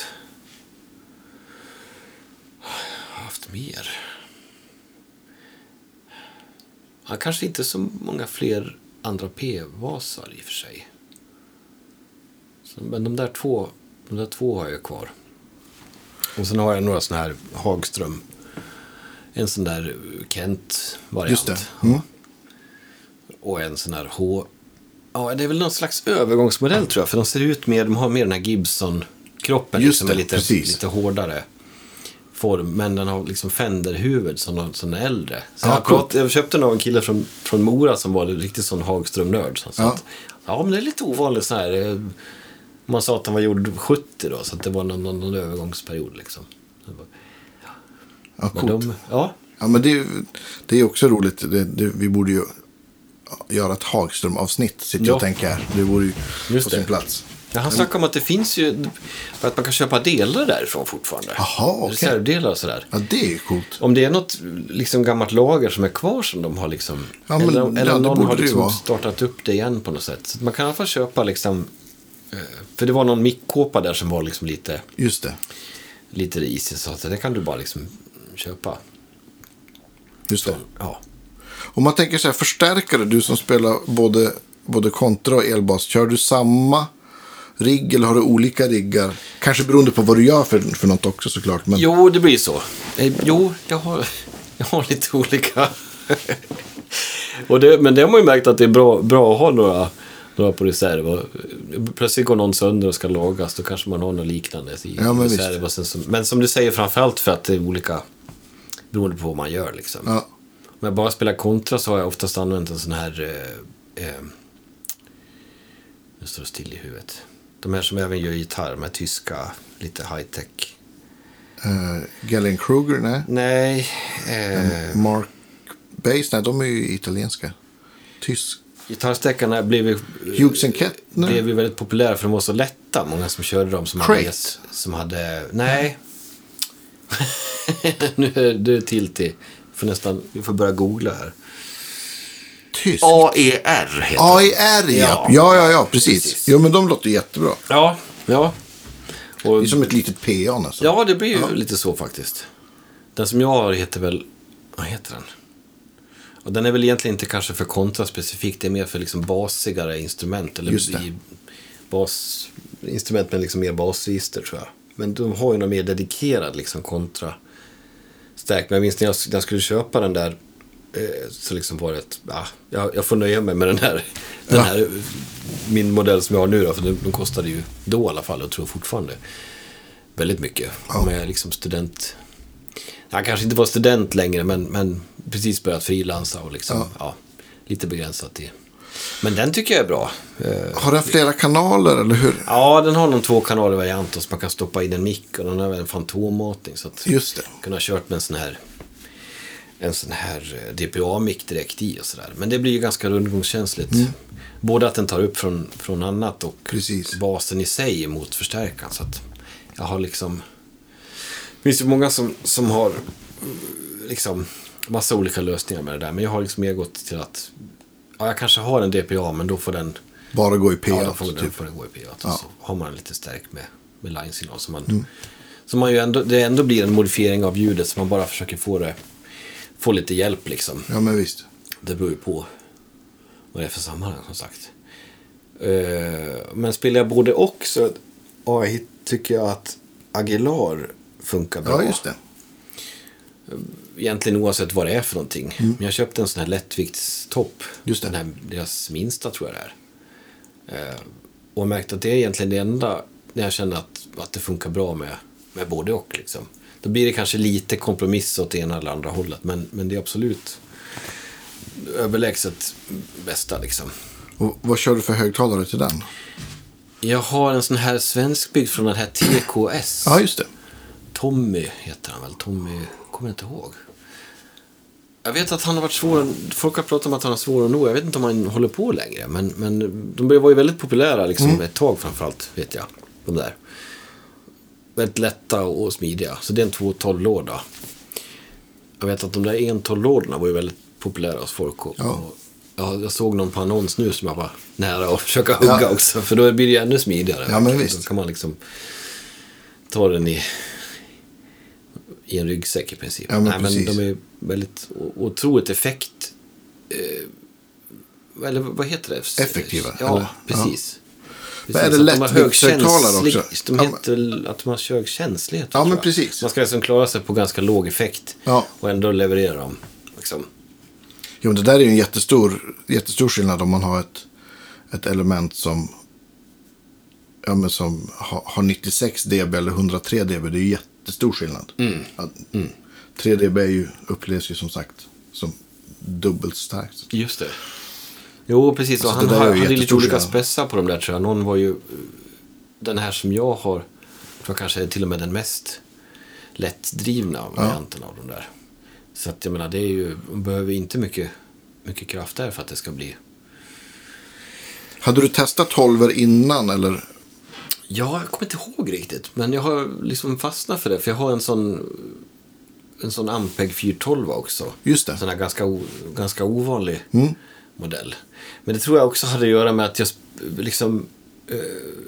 haft mer. Han kanske inte så många fler andra P-vasar i och för sig. Så, men de där två de där två har jag kvar. Och sen har jag några såna här Hagström. En sån där Kent-variant. Just det. Mm. Och en sån här H. Ja, det är väl någon slags övergångsmodell tror jag. För de ser ut mer, de har mer den här Gibson-kroppen. Just liksom, det, lite, precis. lite hårdare form. Men den har liksom Fender-huvud som någon sån äldre. Så ja, jag, prat, jag köpte den av en kille från, från Mora som var riktigt sån Hagström-nörd. Så ja. Att, ja, men det är lite ovanligt sån här. Man sa att han var gjord sjuttio då. Så att det var någon, någon, någon övergångsperiod liksom. Ja, men de, ja. Ja, men det, det är också roligt. Det, det, vi borde ju göra ett Hagström-avsnitt, sitter jag och tänker här. Det vore ju Just på det. sin plats. Ja, han snackade om att det finns ju, för att man kan köpa delar därifrån fortfarande. Jaha, okej. Okay. Reservdelar och sådär. Ja, det är coolt. Om det är något liksom gammalt lager som är kvar som de har liksom, ja, men, eller, eller ja, någon har liksom startat upp det igen på något sätt. Så man kan i alla fall köpa liksom, för det var någon mickåpa där som var liksom lite, just det. Lite risig, så att det kan du bara liksom köpa. Just det. Så, ja. Om man tänker så här, förstärkare, du som spelar både, både kontra och elbas, kör du samma rigg eller har du olika riggar? Kanske beroende på vad du gör för, för något också såklart. Men... Jo, det blir så. Eh, jo, jag har, jag har lite olika. och det, men det har man ju märkt att det är bra, bra att ha några, några på reserv. Och plötsligt går någon sönder och ska lagas, då kanske man har något liknande i ja, men reserv. Och sen som, men som du säger, framförallt för att det är olika beroende på vad man gör liksom. Ja. Om jag bara spelar kontra så har jag oftast använt en sån här eh, eh, nu står det still i huvudet. De här som även gör gitarr, de här tyska, lite high-tech. Uh, Galen Kruger, nej. Nej. Eh, Mark Bass, nej, de är ju italienska. Tysk. Gitarrstäckarna blev ju, Hughes and Kett, blev ju väldigt populära för de var så lätta. Många som körde dem som Crate. hade, som hade... Nej. Nu är det till till. För nästan, vi får börja googla här. Tysk. A E R heter A E R, ja. Ja, ja, ja, precis. precis. Jo, men de låter jättebra. Ja, ja. Och, det är som ett litet P A nästan. Ja, det blir ju ja. lite så faktiskt. Den som jag har heter väl... Vad heter den? Och den är väl egentligen inte kanske för kontra specifikt. Det är mer för liksom basigare instrument. Eller just det. Bas, instrument med liksom mer basregister tror jag. Men de har ju någon mer dedikerad liksom kontra stärk. Men jag minns när jag, när jag skulle köpa den där eh, så liksom var det ett, ah, jag, jag får nöja mig med den här, den ja. här min modell som jag har nu då, för de, de kostade ju då i alla fall och tror fortfarande väldigt mycket. Ja. Med liksom student, han kanske inte var student längre men, men precis börjat frilansa och liksom, ja. Ja, lite begränsat i. Men den tycker jag är bra. Har den flera kanaler eller hur? Ja, den har någon två kanaler variant så man kan stoppa in en mick och den har en fantommatning så att just det. Kunna kört med en sån här en sån här D P A-mick direkt i och sådär. Men det blir ju ganska rundgångskänsligt. Mm. Både att den tar upp från, från annat och precis. Basen i sig mot förstärkan. Så att jag har liksom... Det finns ju många som, som har liksom massa olika lösningar med det där. Men jag har liksom mer gått till att ja, jag kanske har en D P A men då får den bara gå i P A. Ja, då får, typ. den, får den gå i P A. Ja. Så har man lite stärkt med, med line-signal. Så man, mm. så man ju ändå, det ändå blir en modifiering av ljudet så man bara försöker få det få lite hjälp liksom. Ja, men visst. Det beror ju på vad det är för sammanhang som sagt. Uh, men spelar jag både och så ja, tycker jag att Aguilar funkar bra. Ja, just det. Egentligen oavsett vad det är för någonting. Mm. Jag köpte en sån här lättviktstopp. Just det. Den här, deras minsta tror jag det är. Uh, och märkte att det är egentligen det enda när jag känner att, att det funkar bra med, med både och liksom. Då blir det kanske lite kompromiss åt ena eller andra hållet. Men, men det är absolut överlägset bästa liksom. Och vad kör du för högtalare till den? Jag har en sån här svenskbyggd från den här T K S. Ja, just det. Tommy heter han väl. Tommy, kommer jag inte ihåg. Jag vet att han har varit svår. Folk har pratat om att han är svår att nå. Jag vet inte om han håller på längre. Men, men de var ju väldigt populära liksom, mm. ett tag framförallt, vet jag. De där. Väldigt lätta och smidiga. Så det är en två tolv-låda. Jag vet att de där en tolv-lådorna var ju väldigt populära hos folk. Och, ja. och ja, jag såg någon på annons nu som jag var nära att försöka hugga ja. också. För då blir det ännu smidigare. Ja, men visst. Då kan man liksom ta den i, i en ryggsäck i princip. Ja, men, Nej, men de är väldigt otroligt effekt... Eh, eller vad heter det? Effektiva. Ja, eller? precis. Men är det lättviktshögtalare också? De heter att man har hög känslighet. Ja, men precis. Man ska liksom klara sig på ganska låg effekt ja. och ändå leverera dem. Liksom. Jo, det där är ju en jättestor, jättestor skillnad om man har ett, ett element som, ja, men som har, har nittiosex decibel eller hundratre decibel. Det är ju jättestor skillnad. Mm. Mm. tre decibel är ju, upplevs ju som sagt som dubbelt starkt. Just det. Jo, precis. Och alltså, han hade lite olika skillnad. spetsar på de där, tror jag. Någon var ju den här som jag har, tror jag kanske är till och med den mest lättdrivna varianten ja. av de där. Så att jag menar, det är ju, man behöver inte mycket, mycket kraft där för att det ska bli. Hade du testat tolver innan eller? Ja, jag kommer inte ihåg riktigt. Men jag har liksom fastnat för det. För jag har en sån en sån Ampeg fyra tolv också. Just det. En sån här ganska, o, ganska ovanlig mm. modell. Men det tror jag också hade att göra med att jag liksom eh,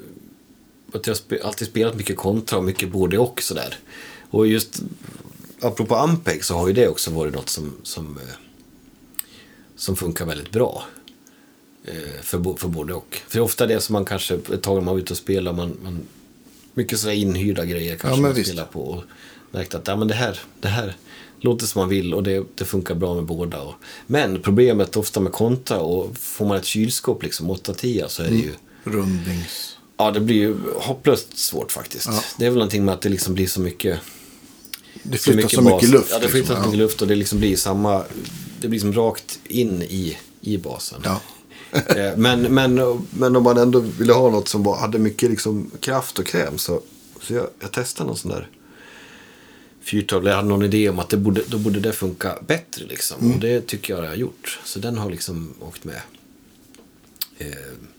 att jag spe, alltid spelat mycket kontra och mycket både och sådär. Och just apropå Ampeg så har ju det också varit något som som, eh, som funkar väldigt bra eh, för, för både och. För ofta det som man kanske ett tag när man är ute och spelar man, man mycket sådär inhyrda grejer kanske ja, man spelar på och märkt att ja, men det här, det här låter som man vill och det, det funkar bra med båda. Och, men problemet ofta med kontra och får man ett kylskåp liksom åtta tio så är det ju rundnings. Ja, det blir ju hopplöst svårt faktiskt. Ja. Det är väl någonting med att det liksom blir så mycket det flyttar så mycket, så mycket luft. Ja, det flyttar liksom, så mycket ja. luft och det liksom blir samma det blir som rakt in i, i basen. Ja. men, men, men om man ändå ville ha något som var, hade mycket liksom kraft och kräm så, så jag, jag testade någon sån där fyrtavla. Jag hade någon idé om att det borde, då borde det funka bättre liksom. Mm. Och det tycker jag jag har gjort. Så den har liksom åkt med eh,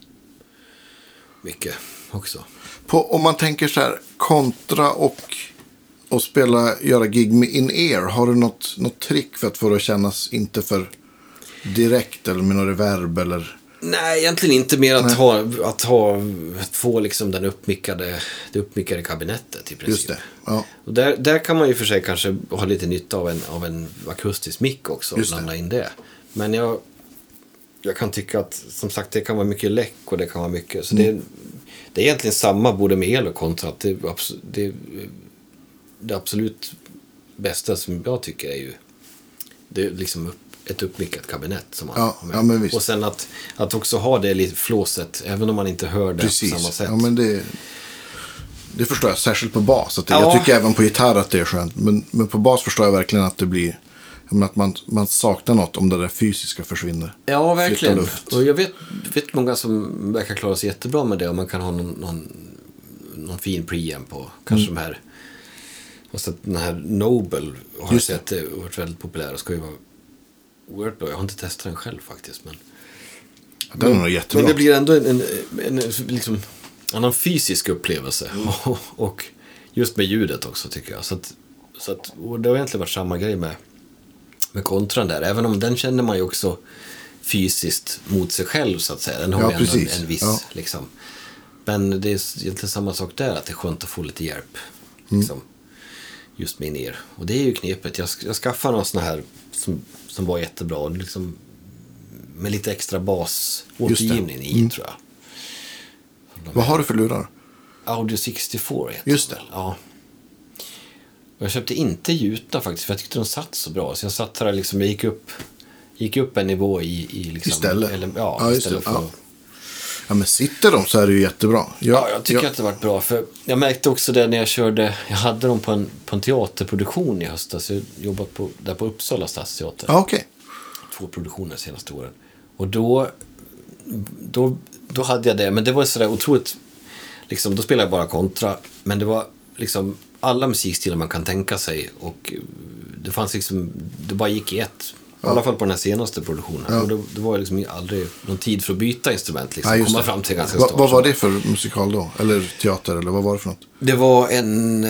mycket också. På, om man tänker så här kontra och, och spela, göra gig med in-ear. Har du något, något trick för att få det att kännas inte för direkt eller med någon reverb eller? Nej, egentligen inte mer att ha, att ha att få liksom den uppmickade, det uppmickade kabinettet i princip. Just det, ja. Och där, där kan man ju för sig kanske ha lite nytta av en, av en akustisk mick också och blanda in det. Men jag, jag kan tycka att som sagt det kan vara mycket läck och det kan vara mycket. Så mm. det, det är egentligen samma både med el och kontra. Det, det, det absolut bästa som jag tycker är ju det är liksom upp ett uppmickat kabinett som man ja, ja, men visst. Och sen att, att också ha det lite flåset även om man inte hör det precis. På samma sätt. Ja, men det, det förstår jag, särskilt på bas att det, ja. Jag tycker även på gitarr att det är skönt men, men på bas förstår jag verkligen att det blir att man, man saknar något om det där fysiska försvinner. Ja, verkligen. Och jag vet, vet många som verkar klara sig jättebra med det. Och man kan ha någon, någon, någon fin preamp på. Kanske mm. de här... Och så den här Noble har jag sett det varit väldigt populär och ska ju vara oerhört bra. Jag har inte testat den själv faktiskt. Men, den är nog jättebra. Men det blir ändå en, en, en, en liksom, annan fysisk upplevelse. Mm. Och, och just med ljudet också tycker jag. Så att, så att, och det har egentligen varit samma grej med, med kontran där. Även om den känner man ju också fysiskt mot sig själv så att säga. Den har ja, ju ändå en, en viss ja. liksom. Men det är egentligen samma sak där. Att det är skönt att få lite hjälp. Liksom. Mm. Just med ner. Och det är ju knepet. Jag, jag skaffade någon sån här som, som var jättebra. Liksom, med lite extra basåtergivning i mm. tror jag. Vad har du för lurar? Audio sextiofyra heter Just det. det. Ja. Och jag köpte inte gjutna faktiskt. För jag tyckte de satt så bra. Så jag satt där liksom. Jag gick upp, gick upp en nivå i, i liksom, istället. Eller, ja, ja, istället för ja. att, ja, men sitter de så är det ju jättebra. Jag, ja, jag tycker jag... att det varit bra. För jag märkte också det när jag körde, jag hade dem på en, på en teaterproduktion i höstas. Jag jobbat på, där på Uppsala stadsteater. Ja, okej. Okay. Två produktioner de senaste åren. Och då, då, då hade jag det. Men det var sådär otroligt, liksom, då spelade jag bara kontra. Men det var liksom alla musikstilar man kan tänka sig. Och det fanns liksom, det bara gick i ett. I alla fall på den här senaste produktionen. Ja. Och det, det var liksom aldrig någon tid för att byta instrument. Liksom. Ja, komma fram till ganska Va, vad var det för musikal då? Eller teater? Eller vad var det för något? Det var en...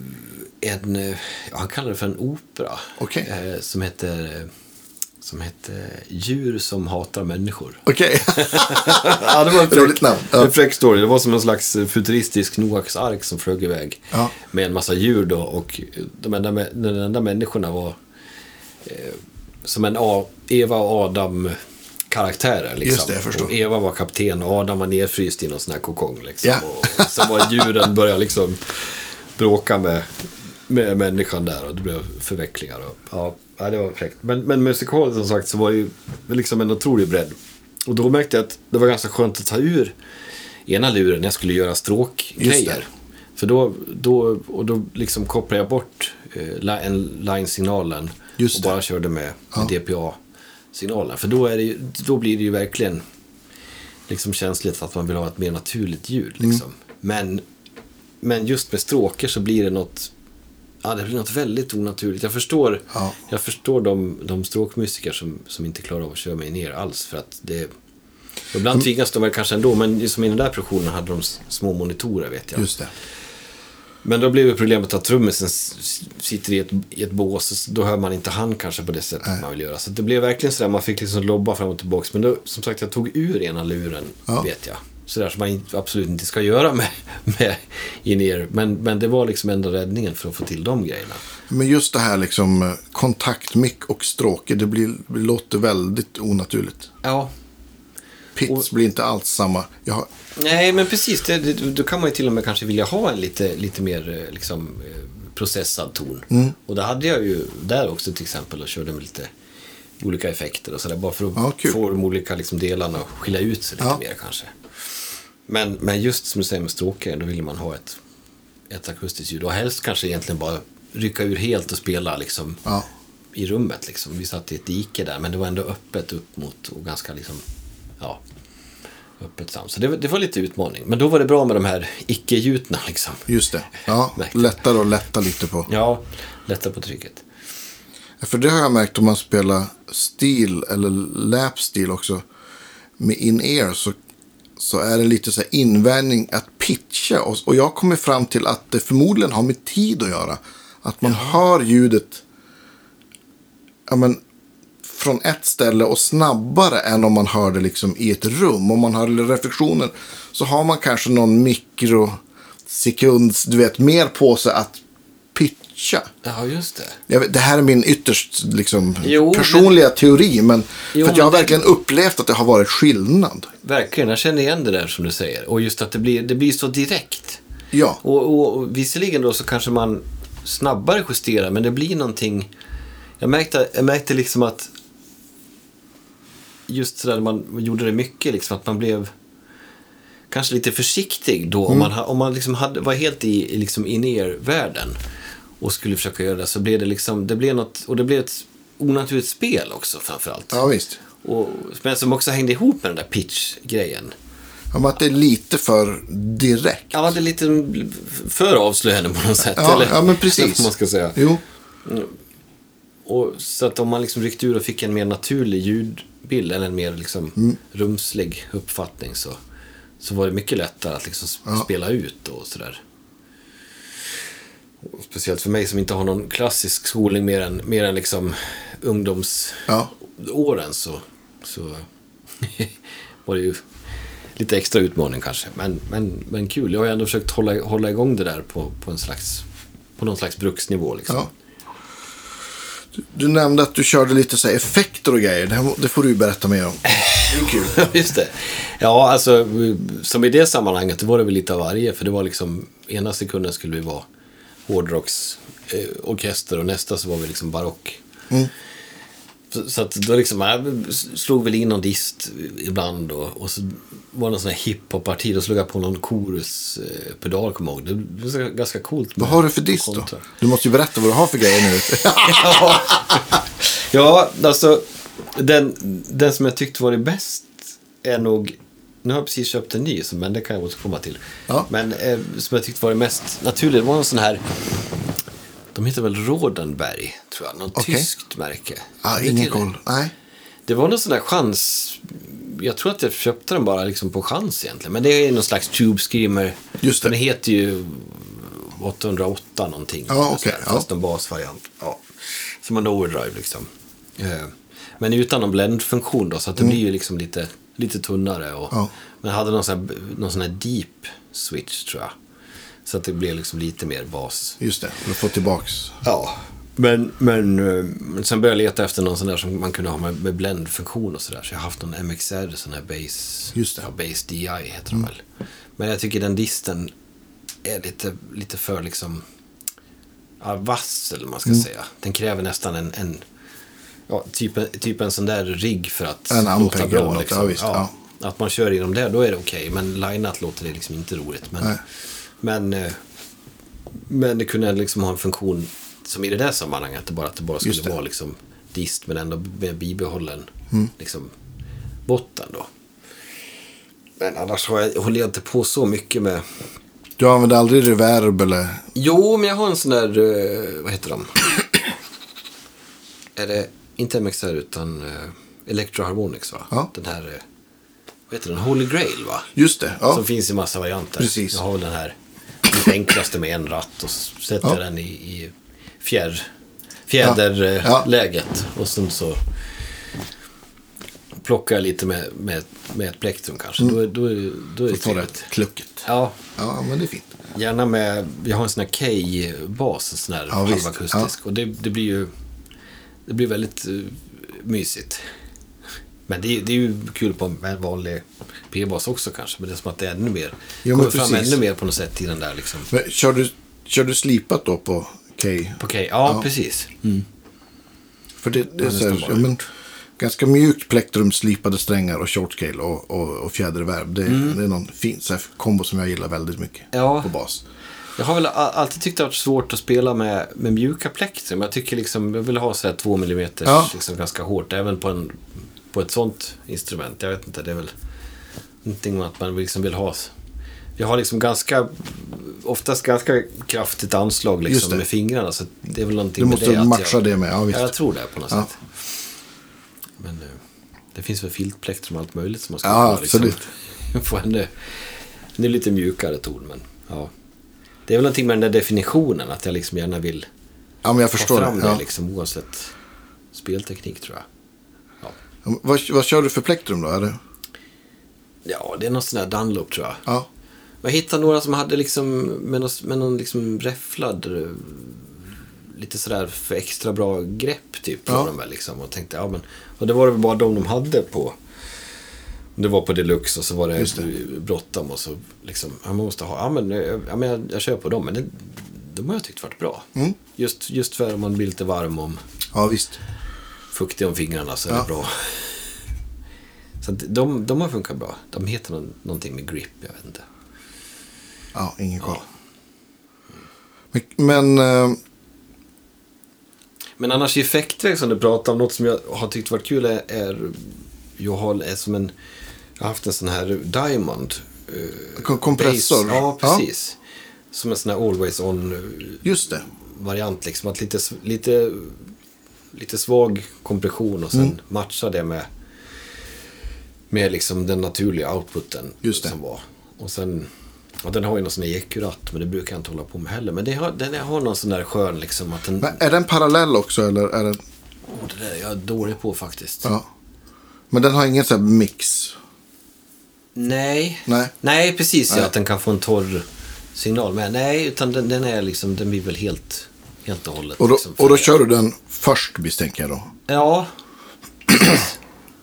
en ja, han kallade det för en opera. Okay. Eh, som heter... Som heter Djur som hatar människor. Okej. Okay. Ja, det var en fräck, namn. Ja. En fräck story. Det var som en slags futuristisk Noaks ark som flög iväg. Ja. Med en massa djur då. Och de enda, de enda människorna var... Eh, som en A, Eva och Adam karaktärer liksom. Just det, jag förstår. Och Eva var kapten och Adam var nedfryst i någon sån här kokong liksom. Yeah. Och sen var djuren började liksom bråka med, med människan där och det blev förvecklingar och, ja, det var fräckt. Men, men musikalen som sagt så var ju liksom en otrolig bredd. Och då märkte jag att det var ganska skönt att ta ur ena luren när jag skulle göra stråkgrejer. För då, då, och då liksom kopplade jag bort eh, en line-signalen och bara körde med, med ja. D P A-signalen. För då, är det ju, då blir det ju verkligen liksom känsligt att man vill ha ett mer naturligt ljud. Liksom. Mm. Men, men just med stråker så blir det något, ja, det blir något väldigt onaturligt. Jag förstår, ja. jag förstår de, de stråkmusiker som, som inte klarar av att köra mig ner alls. För att det, ibland tvingas de väl kanske ändå, men som i den där produktionen hade de små monitorer, vet jag. Just det. Men då blev det problemet att trummisen sitter i ett, i ett bås, då hör man inte han kanske på det sättet Nej. man vill göra. Så det blev verkligen sådär, man fick liksom lobba fram och tillbaka. Men då, som sagt, jag tog ur ena luren, ja. vet jag. Sådär som man inte, absolut inte ska göra med, med in-ear. Men, men det var liksom enda räddningen för att få till de grejerna. Men just det här liksom kontaktmick och stråke, det, blir, det låter väldigt onaturligt. Ja. Pits och, blir inte alls samma. Jag har... Nej, men precis. Det, det, då kan man ju till och med kanske vilja ha en lite, lite mer liksom, processad ton. Mm. Och det hade jag ju där också till exempel och körde med lite olika effekter och sådär. Bara för att ja, få de olika liksom, delarna att skilja ut sig lite ja. mer kanske. Men, men just som du säger med stråkar, då vill man ha ett, ett akustiskt ljud. Och helst kanske egentligen bara rycka ur helt och spela liksom, ja. i rummet. Liksom. Vi satt i ett dike där, men det var ändå öppet upp mot och ganska liksom, ja, öppet samt. Så det, det var lite utmaning. Men då var det bra med de här icke-gjutna liksom. Just det. Ja, lättare att lätta lite på. Ja, lätta på trycket. För det har jag märkt om man spelar stil eller lap-stil också med in-ear så, så är det lite så här invänjning att pitcha. Och, och jag kommer fram till att det förmodligen har med tid att göra. Att man ja. hör ljudet ja, men, från ett ställe och snabbare än om man hör det liksom i ett rum. Om man hör reflektioner så har man kanske någon mikrosekunds, du vet, mer på sig att pitcha. Ja, just det. Jag vet, det här är min ytterst liksom, jo, personliga men... teori, men jo, för att jag har men... verkligen upplevt att det har varit skillnad. Verkligen, jag känner igen det där som du säger. Och just att det blir, det blir så direkt. Ja. Och, och, och visserligen då så kanske man snabbare justerar, men det blir någonting... Jag märkte, jag märkte liksom att just så där man gjorde det mycket liksom, att man blev kanske lite försiktig då. Mm. Om man, om man liksom hade, var helt i, i liksom in-ear-världen och skulle försöka göra det, så blev det liksom, det blev något, och det blev ett, onaturligt spel också framförallt. Ja, visst. Och, men som också hängde ihop med den där pitch-grejen. Ja, men att det är lite för direkt. Ja, det är lite för avslöjande på något sätt. Ja, eller? ja men precis. Man ska säga. Jo. Mm. Och så att om man liksom ryckte ur och fick en mer naturlig ljudbild eller en mer liksom mm. rumslig uppfattning så, så var det mycket lättare att liksom ja. spela ut och sådär. Och speciellt för mig som inte har någon klassisk skolning mer än, mer än liksom ungdomsåren ja. så, så var det ju lite extra utmaning kanske. Men, men, men kul. Jag har ändå försökt hålla, hålla igång det där på, på, en slags, på någon slags bruksnivå liksom. Ja. Du, du nämnde att du körde lite så här effekter och grejer. Det, här, det får du berätta mer om. Det är kul. Just det. Ja, alltså som i det sammanhanget var det väl lite av varje. För det var liksom, ena sekunden skulle vi vara hårdrocks eh, orkester och nästa så var vi liksom barock. Mm. Så, så att då liksom, jag slog väl in någon dist ibland och, och så var det någon sån här hiphop-parti, då slog jag på någon chorus-pedal, kommer jag ihåg. Det var ganska coolt. Vad har du för dist då? Du måste ju berätta vad du har för grejer nu. ja. ja, alltså den, den som jag tyckte var det bäst är nog, nu har jag precis köpt en ny, men det kan jag återkomma till. Ja. Men eh, som jag tyckte var det mest naturligt var en sån här, de heter väl Rodenberg, tror jag. Någon okay. tyskt märke. Ah, ingen koll. Nej. Det var någon sån där chans. Jag tror att jag köpte den bara liksom på chans egentligen. Men det är någon slags Tube Screamer. Just det. Den heter ju åttahundraåtta någonting. Ja, okej. Okay. Fast ja. en basvariant. Ja. Som en overdrive liksom. Men utan någon blendfunktion då. Så att det mm. blir ju liksom lite, lite tunnare. Och, ja. Men hade någon sån här, någon sån här deep switch, tror jag. Så att det blir liksom lite mer bas. Just det, för att få tillbaks. Ja, men, men, men sen började jag leta efter någon sån där som man kunde ha med, med blendfunktion och sådär. Så jag har haft någon M X R, sån här Bass, Just det. Ja, Bass D I heter mm. de väl. Men jag tycker den disten är lite, lite för liksom ja, vass, eller man ska mm. säga. Den kräver nästan en, en ja, typ, typ en sån där rigg för att en låta bra. Något, liksom. ja, visst, ja. Ja, att man kör inom där, då är det okej. Okay, men line-at låter det liksom inte roligt. Men, men, men det kunde liksom ha en funktion som i det där sammanhanget, att det bara, att det bara skulle det. vara liksom dist, men ändå bibehållen mm. liksom botten då. Men annars har jag, håller jag inte på så mycket med... Du använder aldrig reverb eller? Jo, men jag har en sån där, uh, vad heter de? Är det inte M X R utan uh, Electro Harmonix, va? Ja. Den här, uh, vad heter den? Holy Grail, va? Just det, ja. Som finns i massa varianter. Precis. Jag har väl den här lite enklaste med en ratt och sätter ja. den i, i fjär, fjäderläget. Ja. Ja. Och sen så plockar jag lite med, med, med ett plektrum kanske. Mm. Då, då, då är det trevligt. Klucket. Ja. Ja, men det är fint. Gärna med, vi har en sån här K-bas, en sån här ja, halvakustisk. Ja. Och det, det blir ju det blir väldigt uh, mysigt. Men det, det är ju kul på en vanlig P-bas också kanske. Men det är som att det är ännu mer. Ja, kommer fram ännu mer på något sätt i den där liksom. Men kör du, kör du slipat då på K? På K, ja, ja. precis. Mm. För det, det är så här, ja, men, ganska mjukt plektrum, slipade strängar och short scale och, och, och fjäderreverb. Det, mm. det är någon fin så här, kombo som jag gillar väldigt mycket ja. på bas. Jag har väl alltid tyckt det har varit svårt att spela med, med mjuka plektrum. Jag tycker liksom, jag vill ha så här två millimeter ja. liksom, ganska hårt, även på, en, på ett sånt instrument. Jag vet inte, det är väl någonting att man liksom vill ha. Jag har liksom ganska, oftast ganska kraftigt anslag liksom, med fingrarna, så det är väl någonting du måste med det. matcha jag, det med, ja, visst. Ja, jag tror det på något ja. sätt. Men det finns väl filtplektrum och allt möjligt som man ska ja, ha, liksom, få en, en lite mjukare ton, men ja. Det är väl någonting med den där definitionen, att jag liksom gärna vill ja, men jag förstår fram det, ja. det liksom, oavsett spelteknik, tror jag. Ja. Ja, vad, vad kör du för plektrum då? Är det? Ja, det är någon sån där Dunlop, tror jag. Ja. Jag hittade några som hade liksom med någon, med någon liksom räfflad, lite sådär för extra bra grepp typ på ja. dem väl liksom, och tänkte ja men, och det var väl bara de de hade på, det var på Deluxe och så var det, det. bråttom och så liksom, ja, man måste ha, ja men, ja, men jag, jag kör på dem, men det, de har jag tyckt varit bra. Mm. Just, just för om man blir lite varm om, ja visst, fuktig om fingrarna, så är ja. det bra. Så att de, de har funkat bra. De heter någon, någonting med grip, jag vet inte. Ja, ingen koll. Ja. Men, men, Men annars i effektväg som du pratar om, något som jag har tyckt varit kul är, är jag har är som en jag har haft en sån här Diamond uh, kompressor. Base. Ja, precis. Ja. Som en sån här always on Just det. variant liksom, att lite lite lite svag kompression och sen mm. matcha det med med liksom den naturliga outputen Just det. som var. Och sen och den har ju någon sån här ekuratt, men det brukar jag inte hålla på med heller. Men det har, den har någon sån där skön liksom att den... Men är den parallell också eller är den... Oh, det där är jag dålig på faktiskt. Ja. Men den har ingen sån här mix? Nej. Nej. Nej, precis. Nej. Ja, att den kan få en torr signal. Men nej, utan den, den är liksom, den blir väl helt, helt och hållet. Och då, liksom, och då kör du den först, misstänker jag då? Ja, precis.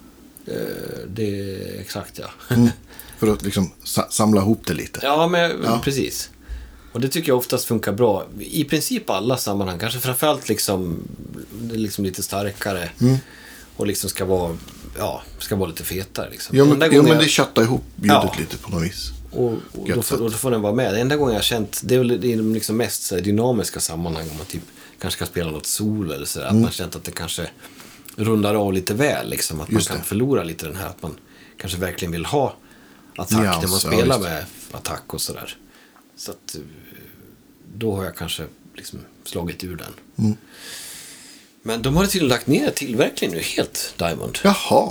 Det är exakt, ja. Mm. För att liksom sa- samla ihop det lite. Ja, men ja. precis. Och det tycker jag oftast funkar bra. I princip alla sammanhang. Kanske framförallt liksom, liksom lite starkare. Mm. Och liksom ska vara, ja, ska vara lite fetare. Liksom. Ja, men, jo, men jag... det chattar ihop ljudet ja. lite på något vis. Och, och, då får, och då får den vara med. Det enda gången jag har känt, det är väl det är de liksom mest så här, dynamiska sammanhang. Om man typ kanske ska spela något sol eller så. Mm. Att man känt att det kanske rundar av lite väl. Liksom, att just man kan det. förlora lite den här. Att man kanske verkligen vill ha attack ja, när man spelar ja, med attack och sådär. Så att då har jag kanske liksom slagit ur den. Mm. Men de har tydligen lagt ner tillverkningen nu helt, Diamond. Jaha.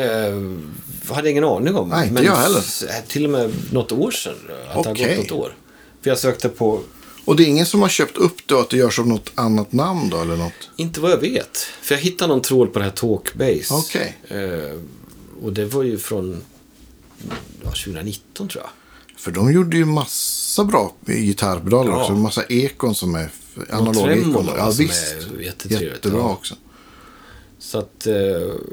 Eh, hade ingen aning om. Nej, inte men jag heller. Till och med något år sedan. Att okay. det har gått något år. För jag sökte på... Och det är ingen som har köpt upp det och att det görs av något annat namn då eller något? Inte vad jag vet. För jag hittade någon tråd på det här Talkbase. Okej. Okay. Eh, och det var ju från ja, tjugonitton tror jag. För de gjorde ju massa bra gitarrpedaler ja. också. Massa ekon som är analog ekon. Ja, visst. Jättebra ja. också. Så att... Eh,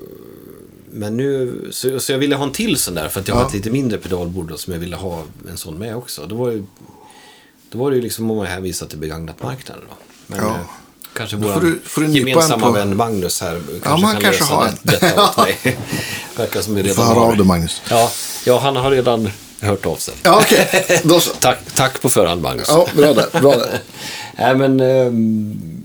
men nu... Så, så jag ville ha en till sån där. För att jag ja. har ett lite mindre pedalbord då, som jag ville ha en sån med också. Då var, ju, då var det ju liksom om man hänvisade till begagnat marknaden då. Men ja. eh, kanske vår gemensamma på... vän Magnus här kanske ja, man kan kanske lösa har det, detta åt mig. Verkar som vi redan har. Av det, Magnus. Ja, ja, han har redan... hört av sig. Ja, okej. Okay. tack, tack på förhand, Magnus. Ja, bra där. Bra där. Nej, men... Um,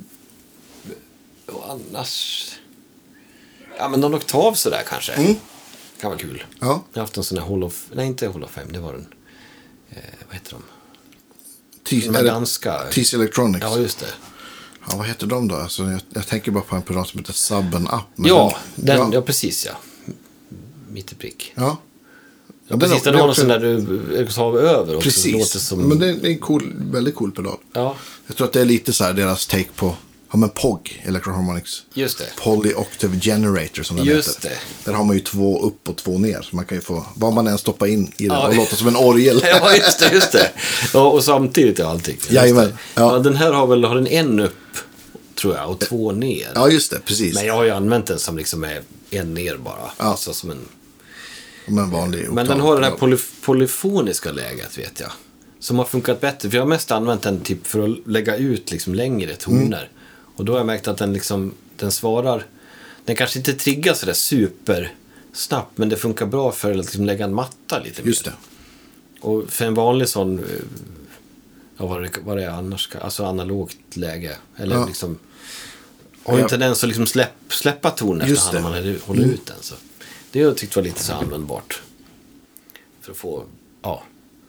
och annars... Ja, men någon oktav sådär kanske. Mm. Kan vara kul. Ja. Jag har haft en sån här Hall of... Nej, inte Hall of Fame. Det var den... Eh, vad heter de? T- de är ganska... T C Electronics. Ja, just det. Ja, vad heter de då? Alltså, jag, jag tänker bara på en program som heter Subben Up. Ja, den, ja. ja, precis, ja. Mitt i prick. Ja. Ja, precis, den har någon sån där du tar över också. Precis, låter som... men det är en cool, väldigt cool pedal. Ja. Jag tror att det är lite så här deras take på, ja men P O G, Electro Harmonics. Just det. Poly Octave Generator som den Just heter. det. Där har man ju två upp och två ner. Så man kan ju få, vad man än stoppa in i den ja. och låta som en orgel. Ja, just det, just det. Ja, och samtidigt är allting. Jajamän. Ja. Ja, den här har väl, har den en upp, tror jag, och två ner. Ja, just det, precis. Men jag har ju använt den som liksom är en ner bara. Ja. Alltså som en... Men, vanlig men den har det här poly- polyfoniska läget, vet jag. Som har funkat bättre. För jag har mest använt den typ för att lägga ut liksom längre toner. Mm. Och då har jag märkt att den liksom, den svarar. Den kanske inte triggar sådär super snabbt. Men det funkar bra för att liksom lägga en matta lite mer. Just det. Och för en vanlig sån, ja, vad, det, vad det är annars, alltså analogt läge. Eller ja. liksom, har ju en tendens att liksom släpp, släppa tonen efterhand när man håller mm. ut den. Så. Det har jag tyckt var lite så användbart. För att få, ja,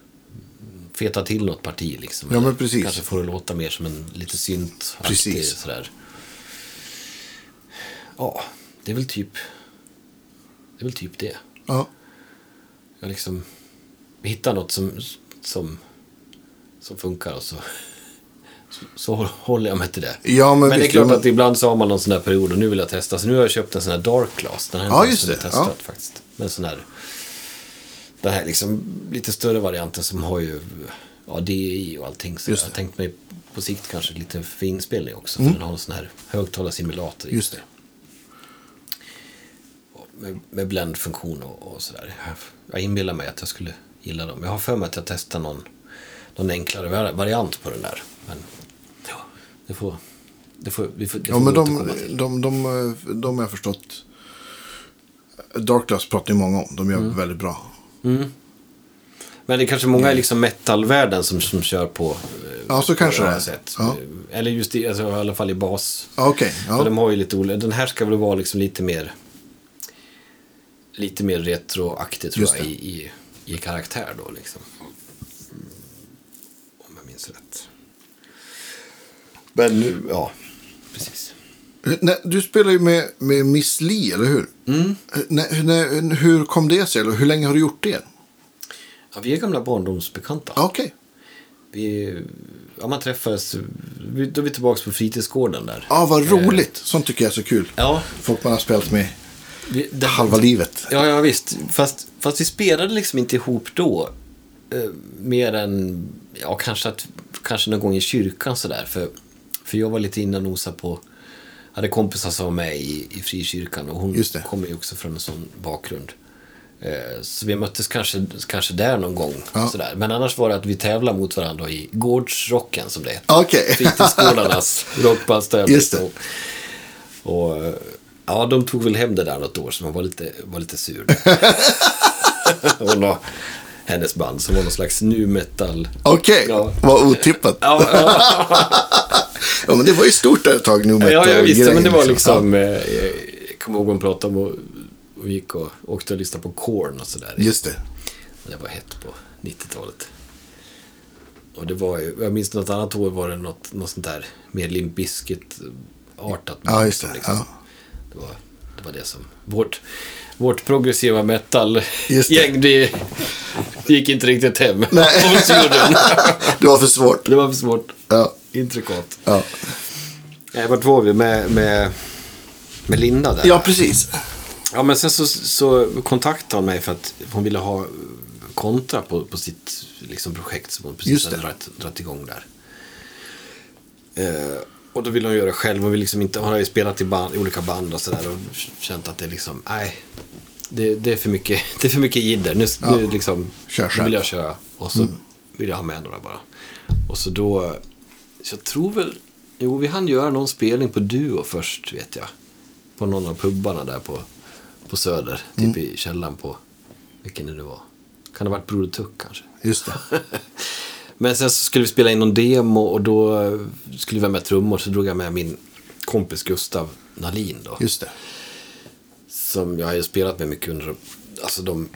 feta till något parti liksom. Ja, men precis. Kanske få det låta mer som en lite synt. Precis. Sådär. Ja, det är väl typ, det är väl typ det. Ja. Jag liksom hittar något som, som, som funkar och så, så, så håller jag mig till det. Ja, men men det är visst, klart men... att ibland så har man någon sån här period och nu vill jag testa. Så nu har jag köpt en sån här Dark Class. Den här ja, just det. Jag testat ja. faktiskt. Men sån här, den här liksom lite större varianten som har ju ja, D I och allting. Så jag har tänkt mig på sikt kanske lite för inspelning också. Mm. För den har en sån här högtalarsimulator. Just det. Med, med bländfunktion och, och sådär. Jag, jag inbillar mig att jag skulle gilla dem. Jag har för mig att jag testar någon, någon enklare variant på den där. Men ja, det får... Det får, vi får, det ja, men de, de, de, de har jag förstått. Dark Glass pratar ju många om. De gör mm. väldigt bra. Mm. Men det är kanske många i liksom metalvärlden som, som kör på Ja, så kanske det är. Sett. Ja. Eller just i, alltså, i alla fall i bas. Okay, ja. För de har ju lite olika. Den här ska väl vara liksom lite mer lite mer retroaktigt tror jag i, i, i karaktär då liksom. Mm. Om jag minns rätt. Men nu, ja, precis. Nej, du spelar ju med, med Miss Li, eller hur? Mm. Nej, nej, hur kom det sig? Eller hur länge har du gjort det? Ja, vi är gamla barndomsbekanta. Okej. Okay. Vi, ja, man träffades, vi, då är vi tillbaka på fritidsgården där. Ja, vad roligt. Eh. Sånt tycker jag är så kul. Ja. Folk man har spelat med vi, det, halva livet. Ja, ja visst. Fast, fast vi spelade liksom inte ihop då. Eh, mer än, ja, kanske, att, kanske någon gång i kyrkan sådär. För, för jag var lite inne och nosa på, hade kompisar som var med i, i frikyrkan. Och hon kommer ju också från en sån bakgrund. Så vi möttes kanske, kanske där någon gång. Ja. Sådär. Men annars var det att vi tävlade mot varandra i gårdsrocken som det heter. Okay. Fritidsgårdarnas rockbandstöd. Just det. Och, och ja, de tog väl hem det där något år så man var lite, var lite sur. Hon och hennes band som var någon slags nu metal. Okej, okay. Ja. Vad otippat. Ja, ja. Ja, men det var ju stort där ett tag nu metal. Ja, jag visste, men det var liksom, ja. Jag kommer ihåg att prata om och och gick och åkte och lyssnade på Korn och sådär. Just det. Det var hett på nittiotalet. Och det var ju, jag minns något annat år var det något, något sånt där mer Limp Bizkit-artat. Ja, just det. Liksom. Ja. Det, var, det var det som, vårt, vårt progressiva metal-gäng, det, det gick inte riktigt hem. Nej. Det var för svårt. Det var för svårt. Ja. Intrikat. Ja. Jag var två vi med, med, med Linda där. Ja, precis. Ja, men sen så, så kontaktade hon mig för att hon ville ha kontra på, på sitt liksom, projekt som hon precis hade dratt, dratt igång där. Eh, och då ville hon göra själv. Hon, vill liksom inte, hon har ju spelat i, band, i olika band och sådär och känt att det liksom, nej, det, det är för mycket, det är för mycket jidder. Nu, ja. nu, liksom, nu vill jag köra och så mm. vill jag ha med några bara. Och så då, så jag tror väl, jo vi hann göra någon spelning på Duo först, vet jag. På någon av pubbarna där på på Söder, typ mm. i källan på, vilken det nu var. Kan det ha varit Broder Tuck kanske? Just det. Men sen så skulle vi spela in någon demo och då skulle vi vara med trummor, så drog jag med min kompis Gustav Nalin då. Just det. Som jag har spelat med mycket under alltså de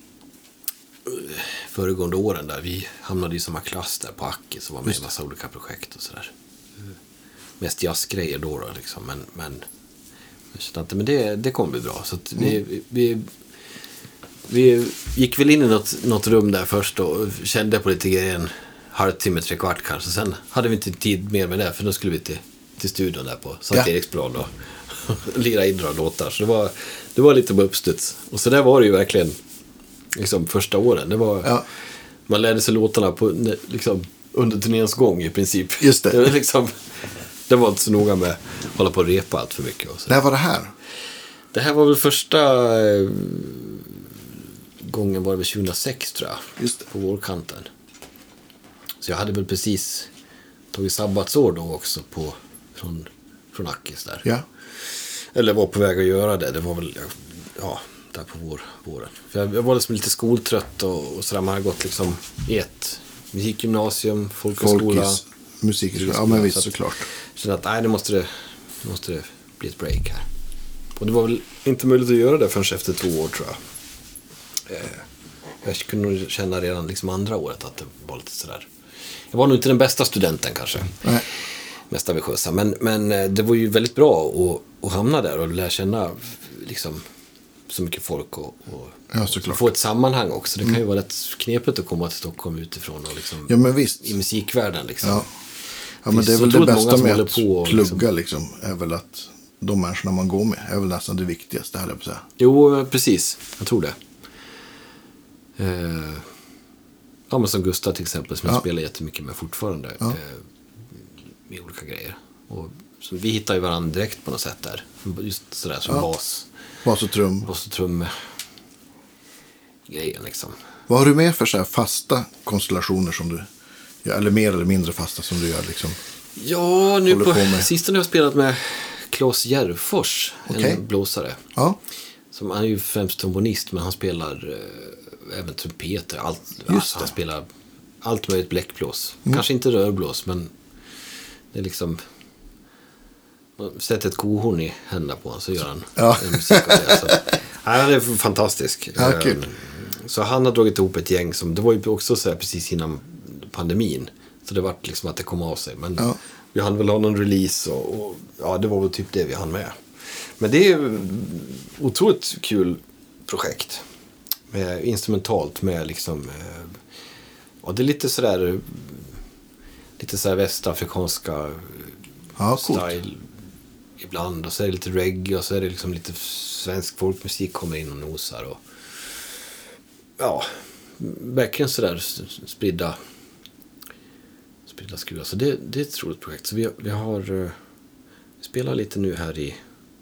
föregående åren där. Vi hamnade i samma klass där på Acke som var med i en massa olika projekt och sådär. Mest jazzgrejer då, då liksom, men, men men det, det kommer bli bra. Så att vi, mm. vi, vi gick väl in i något, något rum där först och kände på lite grejer en halvtimme, tre kvart kanske. Sen hade vi inte tid mer med det, för då skulle vi till, till studion där på Sankt ja. Eriksblad och lira in några låtar. Så det var, det var lite på uppstuds. Och så där var det ju verkligen liksom, första åren. Det var, ja. Man lärde sig låtarna på, liksom, under turnéns gång i princip. Just det. Det var liksom... Det var inte så noga med att hålla på och repa allt för mycket. Och så. När var det här? Det här var väl första eh, gången var det väl tjugohundrasex tror jag. Just det. På vårkanten. Så jag hade väl precis tagit sabbatsår då också på, från, från Ackis där. Ja. Eller var på väg att göra det. Det var väl, ja, där på vår, våren. För jag, jag var liksom lite skoltrött och, och sådär. Man hade gått liksom i ett musikgymnasium, folkhögskola. Folkis. Musik, ja men visst, såklart. Så att nej, det måste det, det måste det bli ett break här. Och det var väl inte möjligt att göra det förrän efter två år tror jag. Eh, jag kunde nog känna redan liksom andra året att det var lite sådär. Jag var nog inte den bästa studenten kanske. Nej. Mest ambitiösa. Men, men det var ju väldigt bra att, att hamna där och lära känna liksom så mycket folk och, och, ja, och få ett sammanhang också. Det kan ju mm. vara rätt knepigt att komma till Stockholm utifrån och liksom, ja, men visst. I musikvärlden liksom. Ja. Ja, men det är väl det bästa med att plugga liksom, är väl att de människorna man går med är väl nästan det viktigaste, här jag på säga. Jo, precis. Jag tror det. Eh, ja, men som Gustav till exempel, som ja. jag spelar jättemycket med fortfarande. Ja. Eh, med olika grejer. Och så vi hittar ju varandra direkt på något sätt där. Just sådär som ja. bas. Bas och trum. Bas och trum grejen liksom. Vad har du med för så här fasta konstellationer som du, ja, eller mer eller mindre fasta som du gör liksom? Ja, nu på, på sista nu har jag spelat med Claes Järfors, okay. en blåsare. Ja. Som, han är ju främst trombonist, men han spelar eh, även trumpeter. Allt, alltså, han spelar allt möjligt bläckblås. Mm. Kanske inte rörblås, men det är liksom... Man sätter ett kohorn i händerna på honom så gör han ja. en musik av det. Så, nej, han är fantastisk. Ja, kul. Så han har dragit ihop ett gäng som... Det var ju också så här precis innan pandemin. Så det var liksom att det kom av sig. Men ja. vi hann väl ha någon release och, och ja, det var väl typ det vi hann med. Men det är otroligt kul projekt. Med instrumentalt, med liksom... Ja, det är lite sådär... Lite sådär västafrikanska ja, style ibland. Och så är det lite reggae och så är det liksom lite svensk folkmusik kommer in och nosar. Och, ja, verkligen sådär spridda... spridda skruvar. Så det, det är ett roligt projekt. Så vi, vi har... Vi spelar lite nu här i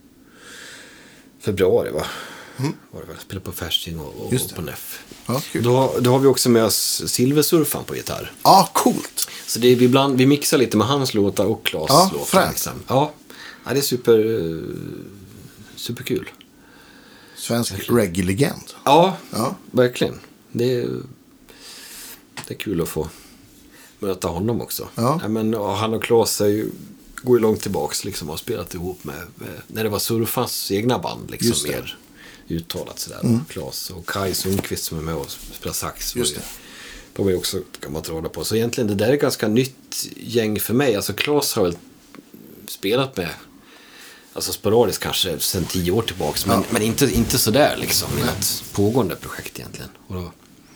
februari, va? Mm. Var det väl? Spelar på Färsting och, och, och på N E F. Ja, då, då har vi också med oss Silversurfan på gitarr. Ja, ah, coolt. Så det är, vi, ibland, vi mixar lite med hans låtar och Klas ja, låtar. Liksom. Ja, ja, det är super, superkul. Svensk reggae-legend. Ja, ja, verkligen. Det är, det är kul att få möta honom också. Ja. Ja, men, och han och Klas är ju, går ju långt tillbaks liksom, och har spelat ihop med, med när det var Surfans egna band. Liksom, mer uttalat sådär. Mm. Klas och Kai Sundqvist som är med och spelar sax. Just det. De är också gammalt råda på. Så egentligen det där är ganska nytt gäng för mig. Alltså Klas har väl spelat med, alltså sporadiskt kanske sedan tio år tillbaks. Men, ja. men inte, inte sådär liksom i något pågående projekt egentligen. Och då,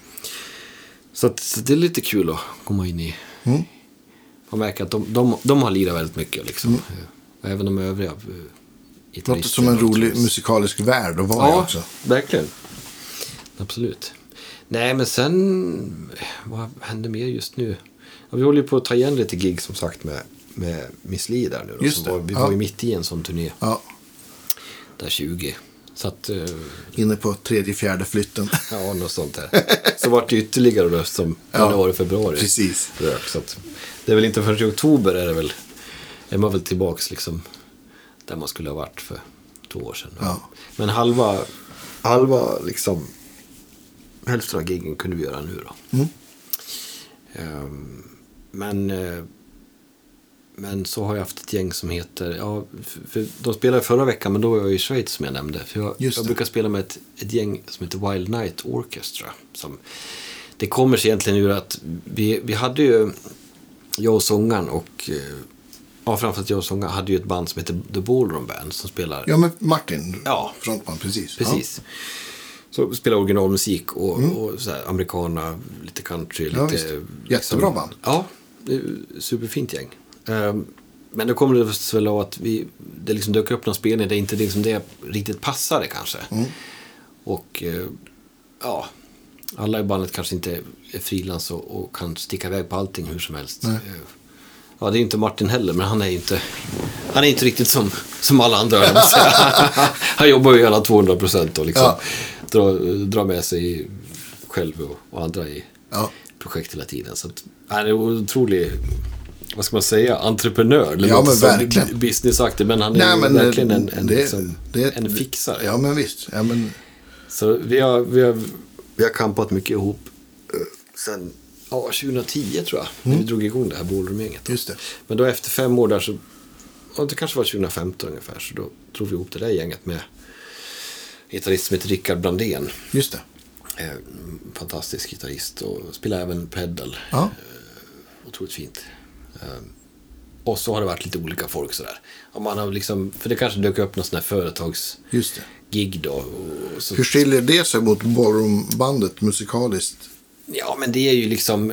så, att, så det är lite kul att komma in i. Mm. Man märker att de, de, de har lirat väldigt mycket liksom. Mm. Även de övriga. Det låter som en rolig musikalisk värld att vara ja, också. Verkligen. Absolut. Nej, men sen... Vad händer mer just nu? Ja, vi håller ju på att ta igen lite gig som sagt med, med Miss Li där nu. Då, just det. Var, vi ja. var ju mitt i en sån turné. Ja. Där tjugo. Så att, uh, inne på tredje, fjärde flytten. Ja, något sånt där. Så var det ytterligare då som januari, februari. Precis. Rök, så att, det är väl inte förrän i oktober är det väl... Är man väl tillbaks liksom... Där man skulle ha varit för två år sedan. Ja. Men halva, halva liksom, hälften av giggen kunde vi göra nu då. Mm. Um, men, uh, men så har jag haft ett gäng som heter, ja, för, för de spelade förra veckan, men då var jag i Schweiz som jag nämnde. För jag, jag brukar spela med ett, ett gäng som heter Wild Night Orchestra. Som, det kommer sig egentligen ur att vi, vi hade ju, jag och sångaren och... Uh, Ja, framförallt jag och sångaren hade ju ett band som heter The Ballroom Band som spelar... Ja, men Martin, ja, frontband, precis. Precis. Ja. Så spelar originalmusik och, mm. och så här, americana, lite country, ja, lite... Liksom, jättebra band. Ja, det är superfint gäng. Um, men då kommer det väl av att vi, det liksom dök upp någon spelning där inte liksom det riktigt passade kanske. Mm. Och uh, ja, alla i bandet kanske inte är frilans och, och kan sticka iväg på allting hur som helst. Nej. Ja, det är inte Martin heller, men han är inte han är inte riktigt som, som alla andra. Han jobbar ju hela tvåhundra procent och liksom ja. drar, drar med sig själv och, och andra i ja. projekt hela tiden. Så att, han är otrolig, vad ska man säga, entreprenör. Eller ja, men verkligen. Businessaktig, men han är Nej, men verkligen en, en, det, liksom, det, en fixare. Ja, men visst. Ja, men... Så vi har, vi, har, vi har kampat mycket ihop sen... Ja, tjugohundratio tror jag. Mm. När vi drog igång det här ballroom-gänget. Just det. Men då efter fem år där så... Ja, det kanske var tjugohundrafemton ungefär. Så då drog vi ihop det där gänget med... En gitarrist som heter Rickard Brandén. Just det. Eh, fantastisk gitarrist. Och spelar även pedal. Ja. Eh, otroligt fint. Eh, och så har det varit lite olika folk sådär. Och man har liksom... För det kanske dök upp någon sån här företags... Just det. Gig då. Och så... Hur skiljer det sig mot ballroom-bandet musikaliskt? Ja, men det är ju liksom...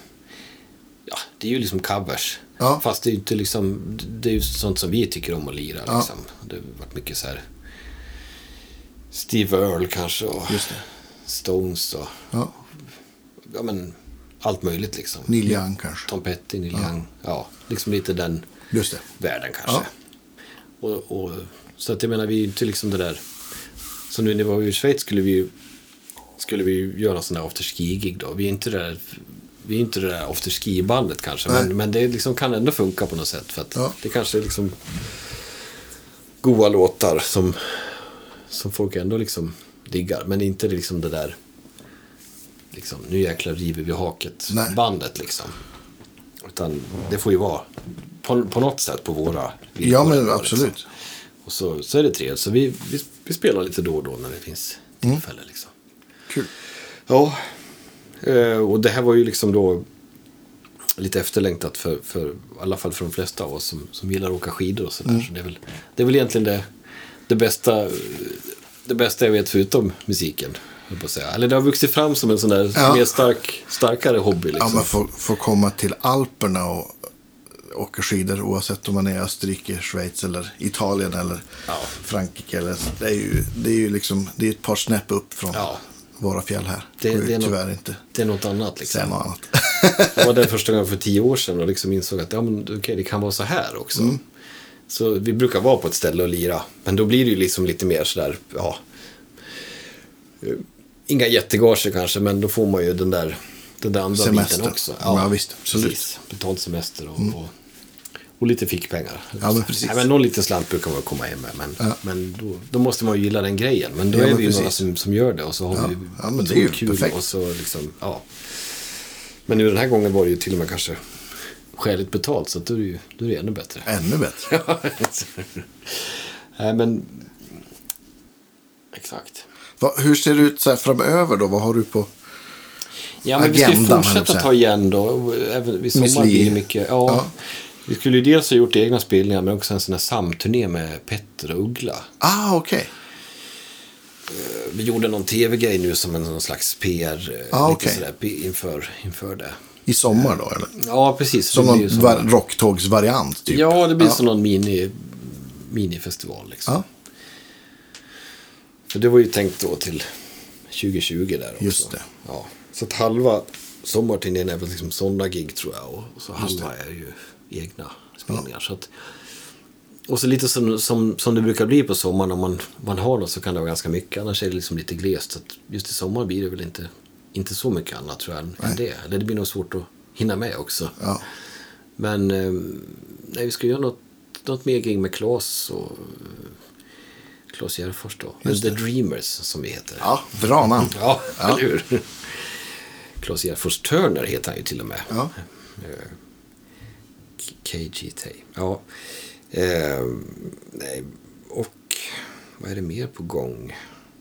Ja, det är ju liksom covers. Ja. Fast det är ju inte liksom... Det är ju sånt som vi tycker om att lira. Ja. Liksom. Det har varit mycket så här... Steve Earle kanske och... Just det. Stones och... Ja. Ja, men... Allt möjligt liksom. Neil Young kanske. Tom Petty, Neil ja. Young. Ja, liksom lite den... Just det. Världen kanske. Ja. Och, och, så att jag menar, vi är ju inte liksom det där... Så nu när vi var i Schweiz skulle vi ju... Skulle vi göra sån här afterski-gig då. Vi är inte det där, vi är inte det där afterski-bandet kanske. Men, men det liksom kan ändå funka på något sätt. För att ja. det kanske är liksom goa låtar som, som folk ändå liksom diggar. Men inte liksom det där liksom, nu jäklar river vi haket Nej. bandet liksom. Utan det får ju vara på, på något sätt på våra villkor. Ja, men absolut. Liksom. Och så, så är det trevligt. Så vi, vi, vi spelar lite då och då när det finns tillfälle. Mm. Liksom. Kul. Ja, och det här var ju liksom då lite efterlängtat för, för i alla fall för de flesta av oss som, som gillar att åka skidor och sådär. Mm. Så det är väl, det är väl egentligen det, det bästa det bästa jag vet förutom musiken. På att säga. Eller det har vuxit fram som en sån där ja. mer stark, starkare hobby. Liksom. Ja, man får, får komma till Alperna och åka skidor oavsett om man är i Österrike, Schweiz eller Italien eller ja. Frankrike. Eller, det är ju, det är ju liksom, det är ett par snäpp upp från ja. våra fjäll här. Det, det, är tyvärr något, inte. det är något annat. Liksom. Något annat. Jag var där första gången för tio år sedan och liksom insåg att ja, men, okay, det kan vara så här också. Mm. Så vi brukar vara på ett ställe och lira. Men då blir det ju liksom lite mer sådär, ja... Inga jättegager kanske, men då får man ju den där, den där andra semester. Biten också. Ja, ja visst, absolut. Precis. Betalt semester och, mm. och, och lite fickpengar. Ja, men precis. Nej, men någon liten slant brukar man komma hem med, men, ja. men då, då måste man ju gilla den grejen. Men då ja, är vi ju några som, som gör det och så har ja. vi ja, men det är ju kul. Perfekt. Och så liksom, ja. Men nu den här gången var det ju till och med kanske skäligt betalt, så då är det ju då är det ännu bättre. Ännu bättre. Nej, men exakt. Va, hur ser det ut så här framöver då? Vad har du på ja, men agendan? Vi ska ju fortsätta ta igen då. Även vid sommar blir det mycket. Ja, ja. Vi skulle ju dels ha gjort egna spelningar, men också en sån här samturné med Petter och Uggla. Ah, okej. Okay. Vi gjorde någon tv-grej nu som en sån slags P R ah, lite okay. sådär, inför, inför det. I sommar då, eller? Ja, precis. Som någon som... rocktågsvariant, typ? Ja, det blir ja. som någon mini, minifestival, liksom. Ja. För det var ju tänkt då till tjugo tjugo där också. Just det. Ja. Så att halva sommarturnén är väl liksom sådana gig, tror jag. Och så halva är ju egna spelningar. Ja. Så att, och så lite som, som, som det brukar bli på sommaren. Om man, man har något så kan det vara ganska mycket. Annars är det liksom lite glest. Så att just i sommar blir det väl inte, inte så mycket annat, tror jag, än det. Eller det blir nog svårt att hinna med också. Ja. Men eh, nej, vi ska göra något, något mer gig med Claes och... Claes Järfors då. The Dreamers som vi heter. Ja, bra namn. Ja, ja. Eller hur? Claes Järfors Turner heter han ju till och med. Ja. K G T. Ja. Eh, nej. Och vad är det mer på gång?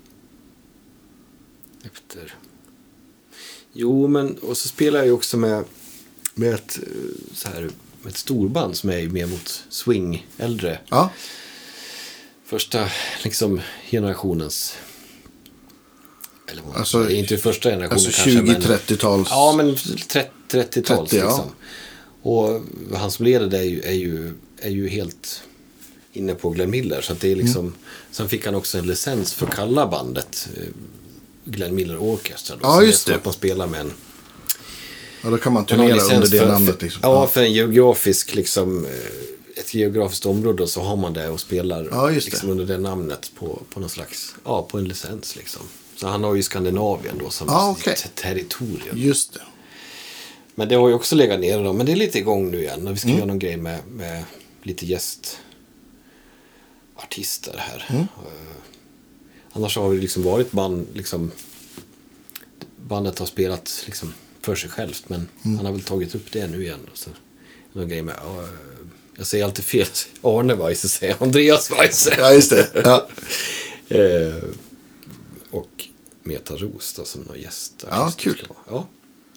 Efter. Jo, men och så spelar jag ju också med med ett så här med ett storband som är mer mot swing äldre. Ja. Första liksom generationens eller alltså, det är inte första generationen alltså kanske, tjugo-trettio-tals. Ja, men trettio-tals trettio, liksom. Ja. Och han som leder det är ju, är ju är ju helt inne på Glenn Miller, så att det är liksom mm. sen fick han också en licens för att kalla bandet Glenn Miller Orchestra då. Ja, just det. Att man spelar med en ja, då kan man turnera under det för, namnet liksom. Ja, för en geografisk liksom ett geografiskt område, och så har man det och spelar ja, liksom det. under det namnet på, på någon slags, ja, på en licens liksom. Så han har ju Skandinavien då som ja, okay. sitt territorium. Just det. Men det har ju också legat ner då, men det är lite igång nu igen och vi ska mm. göra någon grej med, med lite gästartister här. Mm. Uh, annars har det liksom varit band, liksom bandet har spelat liksom för sig självt, men mm. han har väl tagit upp det nu igen. Så någon grej med uh, jag säger alltid fel. Arne Weise säger Andreas Weise. Ja, just det. Ja. eh, och Meta Ros då, som någon gäst. Ja, kul. Ja.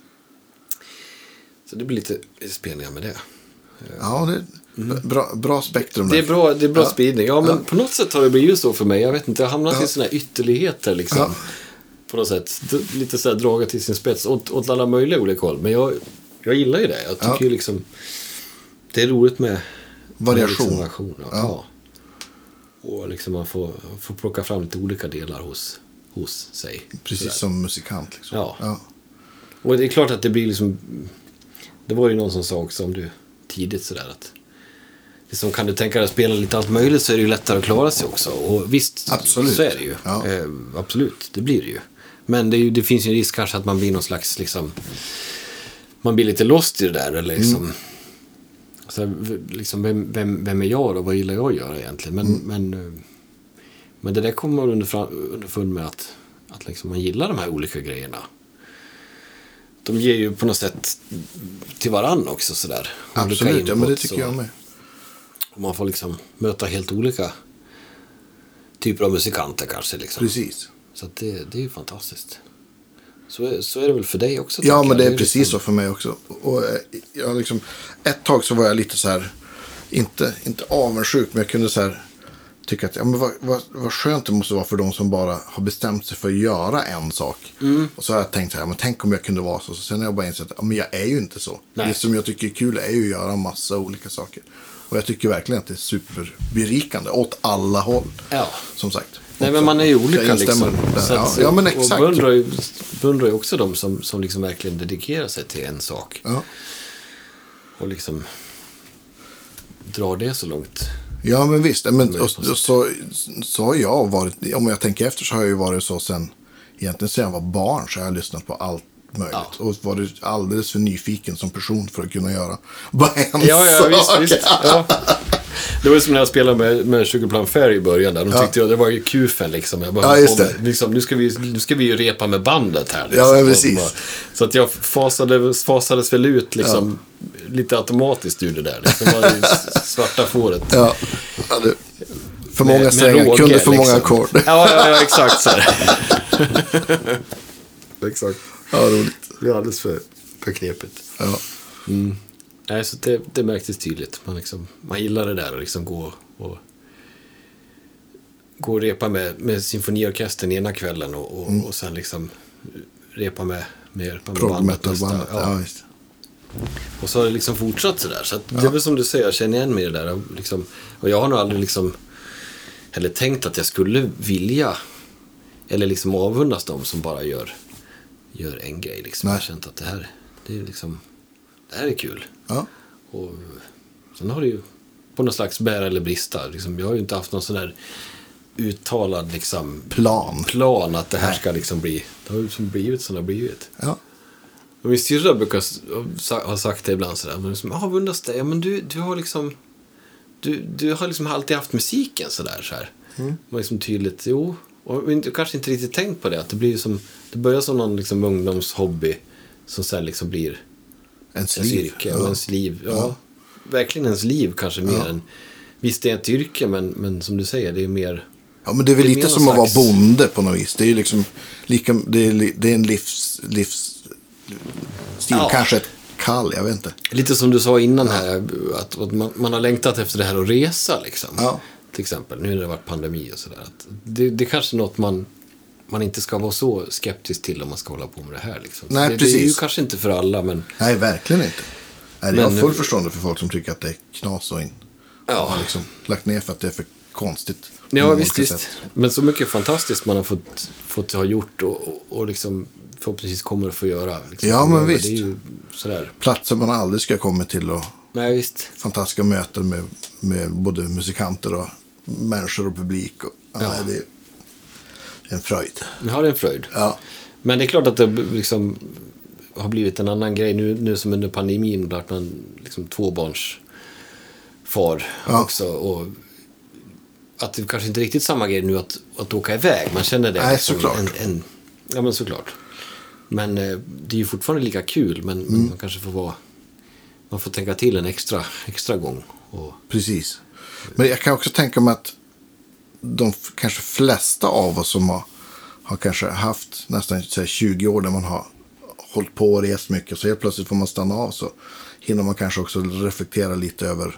Så det blir lite, lite spelningar med det. Ja, det är mm. bra, bra spektrum. Det är bra, det är bra ja. spridning. Ja, men ja. på något sätt har det blivit så för mig. Jag vet inte, jag har hamnat ja. i såna här ytterligheter liksom. Ja. På något sätt. Lite så här draga till sin spets åt, åt alla möjliga olika håll. Men jag, jag gillar ju det. Jag tycker ja. ju liksom det är roligt med variation. Med variation ja. Ja. Och liksom man får, får plocka fram lite olika delar hos, hos sig. Precis sådär. Som musikant liksom. Ja. ja. Och det är klart att det blir liksom, det var ju någon som sa också om du tidigt sådär att liksom, kan du tänka dig att spela lite allt möjligt så är det ju lättare att klara sig också. Och visst, absolut. Så är det ju. Ja. Eh, absolut, det blir det ju. Men det, är ju, det finns ju en risk kanske att man blir någon slags liksom, man blir lite lost i det där eller liksom mm. så liksom, vem, vem, vem är jag då? Vad gillar jag att göra egentligen? Men, mm. men, men det där kommer man underfund under med att, att liksom man gillar de här olika grejerna. de ger ju på något sätt till varann också sådär. Absolut, ja, men det tycker jag med. Och man får liksom möta helt olika typer av musikanter kanske liksom. Precis. Så att det, det är ju fantastiskt. Så, så är det väl för dig också? Ja, men det är, det är precis liksom... så för mig också. Och jag liksom, ett tag så var jag lite så här, inte, inte avundsjuk, men jag kunde så här tycka att ja, men vad, vad, vad skönt det måste vara för de som bara har bestämt sig för att göra en sak. Mm. Och så har jag tänkt så här, men tänk om jag kunde vara så. Så sen har jag bara insett att ja, men jag är ju inte så. Nej. Det som jag tycker är kul är ju att göra massa olika saker. Och jag tycker verkligen att det är superberikande åt alla håll. Ja. Som sagt. Nej, men man är ju olika liksom. Så ja, ja, men exakt. Och beundrar ju, beundrar ju också de som, som liksom verkligen dedikerar sig till en sak. Ja. Och liksom drar det så långt. Ja, men visst. Men, och, och, så, så har jag varit, om jag tänker efter så har jag ju varit så sen, egentligen sen jag var barn så har jag lyssnat på allt möjligt. Ja. Och varit alldeles för nyfiken som person för att kunna göra bara en ja, ja, sak. Visst, visst. Ja. Det var ju som när jag spelade med, med Sugarplum Fairy i början där. De tyckte ja. jag, det var ju kufen liksom. Jag bara, ja, just det. Liksom, nu, ska vi, nu ska vi ju repa med bandet här. Liksom. Ja, men precis. Bara, så att jag fasade, fasades väl ut liksom, ja. lite automatiskt ur det där. Liksom. Det var ju svarta fåret. Ja, ja det, för med, många strängar, kunde för liksom. många ackord. Ja, ja, ja, exakt så här. Exakt. Ja, roligt. Det är alldeles för, för knepigt. Ja. Mm. Nej, så det, det märktes tydligt. Man, liksom, man gillar det där och liksom gå och, gå och repa med, med symfoniorkestern ena kvällen och, och, mm. och sen liksom repa med, med, med bandet nästa. Ja. Ja, visst. Och så har det liksom fortsatt sådär. Så att ja. det är väl som du säger, jag känner igen mig i det där. Och, liksom, och jag har nog aldrig liksom heller tänkt att jag skulle vilja eller liksom avundas dem som bara gör, gör en grej. Liksom. Jag har känt att det här, det är liksom... Det här är kul. Ja. Och sen har det ju på någon slags bära eller brista. Liksom, jag har ju inte haft någon sån där uttalad liksom, plan. plan att det här ska liksom bli. Det har ju liksom blivit som det har blivit. Ja. Och min syrra brukar ha sagt det ibland sådär. Men liksom, ah, vundas det? Ja, men du, du har liksom du, du har liksom alltid haft musiken sådär. Så här. Mm. Det var liksom tydligt. Jo. Och inte, kanske inte riktigt tänkt på det. Att det blir som, det börjar som någon liksom ungdomshobby som sen liksom blir ens ens liv. yrke Ja. och ens liv. Ja, Ja. Verkligen ens liv kanske mer Ja. än... Visst, det är ett yrke, men, men som du säger, det är mer... Ja, men det är väl det är lite mer som någon att slags... vara bonde på något vis. Det är ju liksom lika, det är, li- det är en livs, livs stil, Ja. kanske ett kall, jag vet inte. Lite som du sa innan här, att, att man, man har längtat efter det här att resa liksom. Ja. Till exempel, nu när det har varit pandemi och sådär. Att det, det är kanske något man, man inte ska vara så skeptisk till om man ska hålla på med det här liksom. Nej, det, precis. det är ju kanske inte för alla, men... Nej, verkligen inte. Nej, Men- jag har full förstående för folk som tycker att det är knas och in. Ja. Har liksom lagt ner för att det är för konstigt. Ja, på visst, olika visst. sätt. Men så mycket fantastiskt man har fått, fått ha gjort och, och, och liksom förhoppningsvis kommer att få göra. Liksom. Ja, men det visst. är ju sådär. Platser man aldrig ska komma till och Nej, visst. fantastiska möten med, med både musikanter och människor och publik. Och, ja. Ja. Nej, det är en fröjd. Vi har en fröjd. Ja. Men det är klart att det liksom har blivit en annan grej nu, nu som under pandemin, där man liksom tvåbarns far Ja. också. Och att det kanske inte är riktigt samma grej nu att, att åka iväg. Man känner det. Nej, liksom såklart. En, en, ja, men såklart. Men eh, det är ju fortfarande lika kul, men, Mm. men man kanske får vara... Man får tänka till en extra, extra gång. Och, Precis. Men jag kan också tänka mig att de f- kanske flesta av oss som har, har kanske haft nästan så här, tjugo år där man har hållit på och rest mycket, så helt plötsligt får man stanna av, så hinner man kanske också reflektera lite över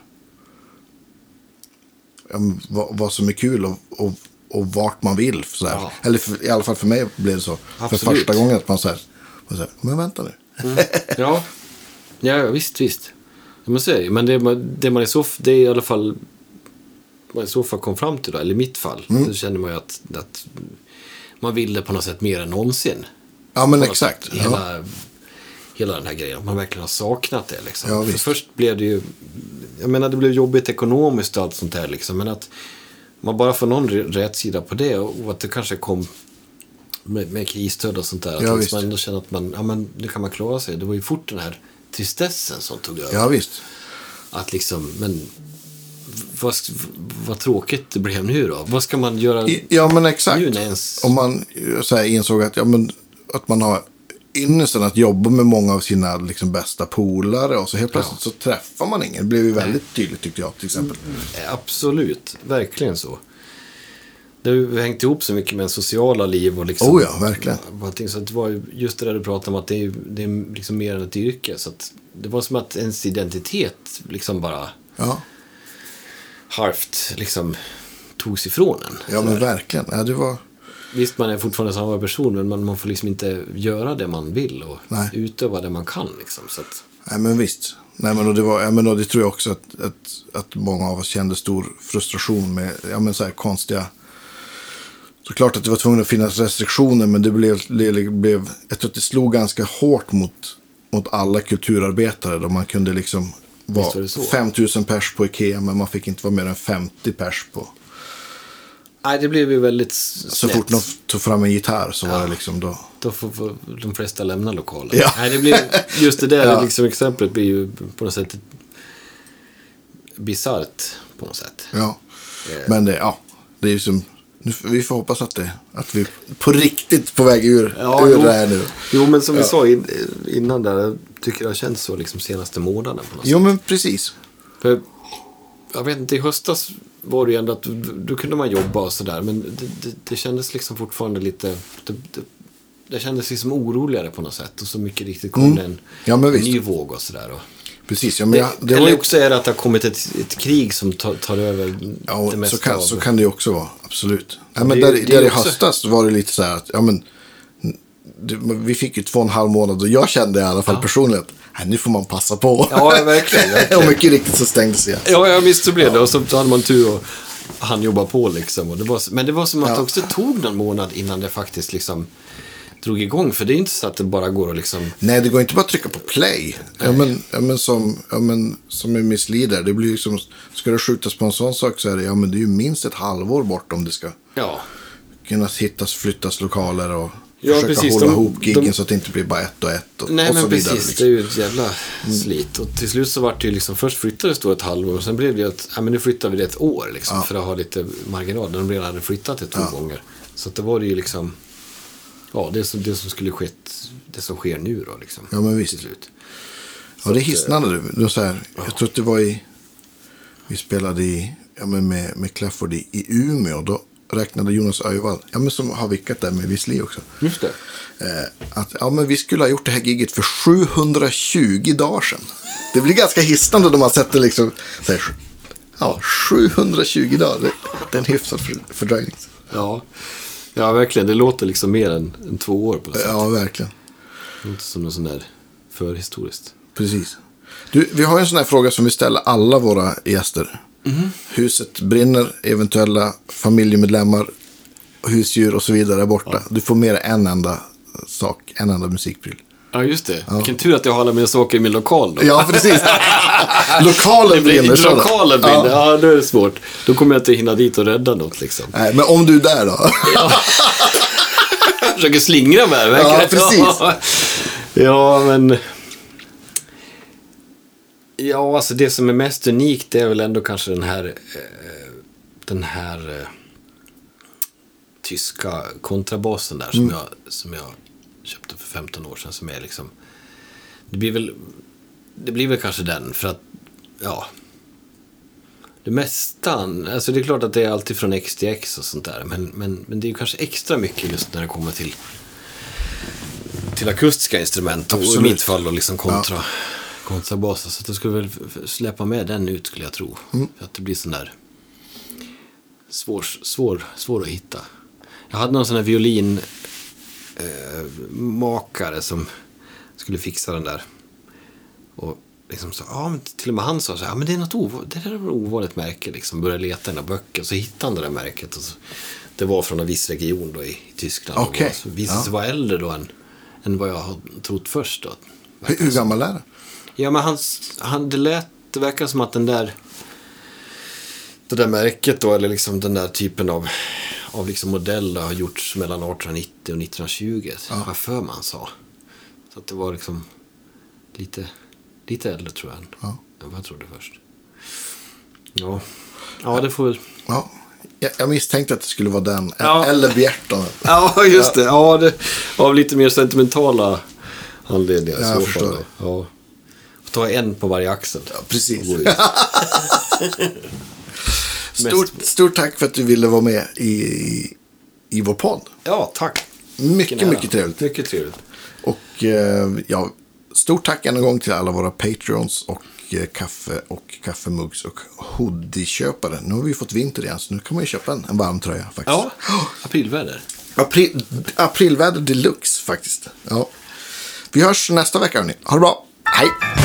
ja, men vad, vad som är kul och, och, och vart man vill. Så här. Ja. Eller för, i alla fall för mig blev det så. Absolut. För första gången att man så här, man så här men vänta nu. mm. ja. ja, visst, visst. Ja, men, så, men det, det man i så det är i alla fall man i så fall kom fram till då, eller i mitt fall, Mm. så känner man ju att, att man vill det på något sätt mer än någonsin. Ja, men På något exakt. sätt, hela, hela den här grejen. Man verkligen har saknat det. Liksom. Ja, För visst. först blev det ju, jag menar det blev jobbigt ekonomiskt och allt sånt där. Liksom, men att man bara får någon rätt sida på det och att det kanske kom med, med krisstöd och sånt där. Ja, att visst. man ändå känner att man, ja, men, nu kan man klara sig. Det var ju fort den här tristessen som tog över. Ja, visst. Att liksom, men vad, vad tråkigt det blev nu då. Vad ska man göra I- Ja, men exakt. nu när ens... Om man så här, insåg att, ja, men, att man har ynnesten att jobba med många av sina liksom, bästa polare. Och så helt plötsligt ja. så träffar man ingen. Det blev ju väldigt tydligt tyckte jag till exempel. Mm, absolut, verkligen så. Det har hängt ihop så mycket med sociala liv och liksom... Oh ja, verkligen. Så att det var just det där du pratade om att det är, det är liksom mer än ett yrke. Så att det var som att ens identitet liksom bara... Ja. halvt liksom togs ifrån en. Ja, men verkligen. Ja, det var... Visst, man är fortfarande samma person, men man, man får liksom inte göra det man vill och Nej. utöva det man kan liksom. Så att... Nej, men visst. Nej, men och det, var, ja, men och det tror jag också att, att, att många av oss kände stor frustration med ja, men så här konstiga... Såklart att det var tvungen att finnas restriktioner, men det blev, det blev jag tror att det slog ganska hårt mot, mot alla kulturarbetare då man kunde liksom vara fem tusen pers på Ikea, men man fick inte vara mer än femtio pers på. Nej, det blev ju väldigt snett. Så fort de tog fram en gitarr så ja. var det liksom då... Då får, får de flesta lämna lokalen. Ja. Nej, det blir, just det där ja. liksom, exemplet blir ju på något sätt bisarrt på något sätt. Ja, eh. men det, ja, det är ju som... Nu, vi får hoppas att, det, att vi på riktigt på väg ur, ja, ur jo, det här nu. Jo, men som ja. vi sa in, innan där, jag tycker det har känts så liksom senaste månaden på något Jo, sätt. men precis. För, jag vet inte, i höstas var det ju ändå att då kunde man jobba och sådär, men det, det, det kändes liksom fortfarande lite, det, det, det kändes liksom oroligare på något sätt och så mycket riktigt kom mm. en, ja, men en visst. ny våg och sådär. Och, Precis, ja, men jag, det, det eller också är det att det har kommit ett, ett krig som tar, tar över ja, det mesta så kan, av. så kan det ju också vara, absolut. Ja, men det, där, det där i också... höstas var det lite så här att, ja men, det, vi fick ju två och en halv månad och jag kände i alla fall ja. personligen att nu får man passa på. Ja, verkligen. verkligen. Och mycket riktigt så stängdes det. Ja, jag visste så blev det. Och så hade man tur och han jobbar på liksom. Och det var, men det var som att ja. det också tog någon månad innan det faktiskt liksom drog igång. För det är inte så att det bara går att liksom... Nej, det går inte bara att trycka på play. Ja men, ja, men, som, ja, men som en Miss Leader. Det blir ju som, ska det skjutas på en sån sak så är det, ja, men det är ju minst ett halvår bort om det ska ja. kunna hittas, flyttas lokaler och ja, försöka precis, hålla de, ihop giggen de... så att det inte blir bara ett och ett. Och, Nej, och men så precis. vidare, liksom. Det är ju ett jävla slit. Och till slut så var det ju liksom, först flyttades då ett halvår och sen blev det att, ja men nu flyttar vi det ett år liksom, ja. för att ha lite marginal. De redan hade flyttat det två ja. gånger. Så att det var det ju liksom... Ja, det som, det som skulle skett, det som sker nu då liksom. Ja, men visst. Ja, det är hisnande du. du så här, ja. Jag tror att det var i, vi spelade i, ja, men med, med Clafford i, i Umeå. Då räknade Jonas Öjvall, ja men som har vickat där med Vissli också. Just det. Eh, att, ja men vi skulle ha gjort det här giget för sjuhundratjugo dagar sedan. Det blir ganska hisnande då man sätter liksom, så här, ja, sjuhundratjugo dagar. Det, det är en hyfsad för, fördröjning. Ja. Ja, verkligen. Det låter liksom mer än, än två år på det sättet. Ja, verkligen. Det låter som något sån där förhistoriskt. Precis. Du, vi har en sån här fråga som vi ställer alla våra gäster. Mm. Huset brinner, eventuella familjemedlemmar, husdjur och så vidare är borta. Ja. Du får mer en enda sak, en enda musikpryl. Ja, just det. Ja. Vilken tur att jag har alla mina saker i min lokal då. Ja, precis. Lokalen brinner. Lokalen brinner, ja. ja, då är det svårt. Då kommer jag inte hinna dit och rädda något liksom. Nej, men om du är där då? Ja. Jag försöker slingra med det. Ja, precis. Ja, ja, men... Ja, alltså det som är mest unikt det är väl ändå kanske den här... Eh, den här... Eh, tyska kontrabassen där som, mm. jag, som jag köpte för femton år sedan som är liksom det blir väl det blir väl kanske den för att ja det mesta, alltså det är klart att det är alltid från X till X och sånt där men, men, men det är ju kanske extra mycket just när det kommer till till akustiska instrument och i mitt fall och liksom kontra ja. kontrabaser så att jag skulle väl släppa med den ut skulle jag tro mm. för att det blir sån där svår, svår, svår att hitta. Jag hade någon sån här violin eh, makare som skulle fixa den där. Och liksom så, ja, men till och med han sa så här, ja men det är något ovanligt, det där är ett ovanligt märke liksom. Började leta i några böcker så hittade han det där märket. Och så, det var från en viss region då i, i Tyskland. Okej. Okay. Visade sig ja. vara äldre då än, än vad jag har trott först då. Hur, hur gammal är det? Ja men han, han, det lät, det verkar som att den där det där märket då, eller liksom den där typen av av liksom modeller har gjorts mellan arton nittio och nitton tjugo. Ja. Vad för man sa. Så att det var liksom lite, lite äldre tror jag. Ja. Än vad jag trodde först. Ja, ja det får väl... Ja. Jag, jag misstänkte att det skulle vara den. Ja. Eller Bjärton. Ja, just det. Ja, det av lite mer sentimentala anledningar. Ja, jag förstår det. Ja. Ta en på varje axel. Ja, precis. stort, stort tack för att du ville vara med i, i, i vår podd. Ja, tack. Mycket, mycket trevligt. Mycket trevligt. Och eh, ja, stort tack en gång till alla våra Patreons och eh, kaffe och kaffemugs och hoodie-köpare. Nu har vi fått vinter igen, så nu kan man ju köpa en, en varm tröja faktiskt. Ja, aprilväder. April, aprilväder deluxe faktiskt. Ja. Vi hörs nästa vecka, hörni. Ha det bra. Hej!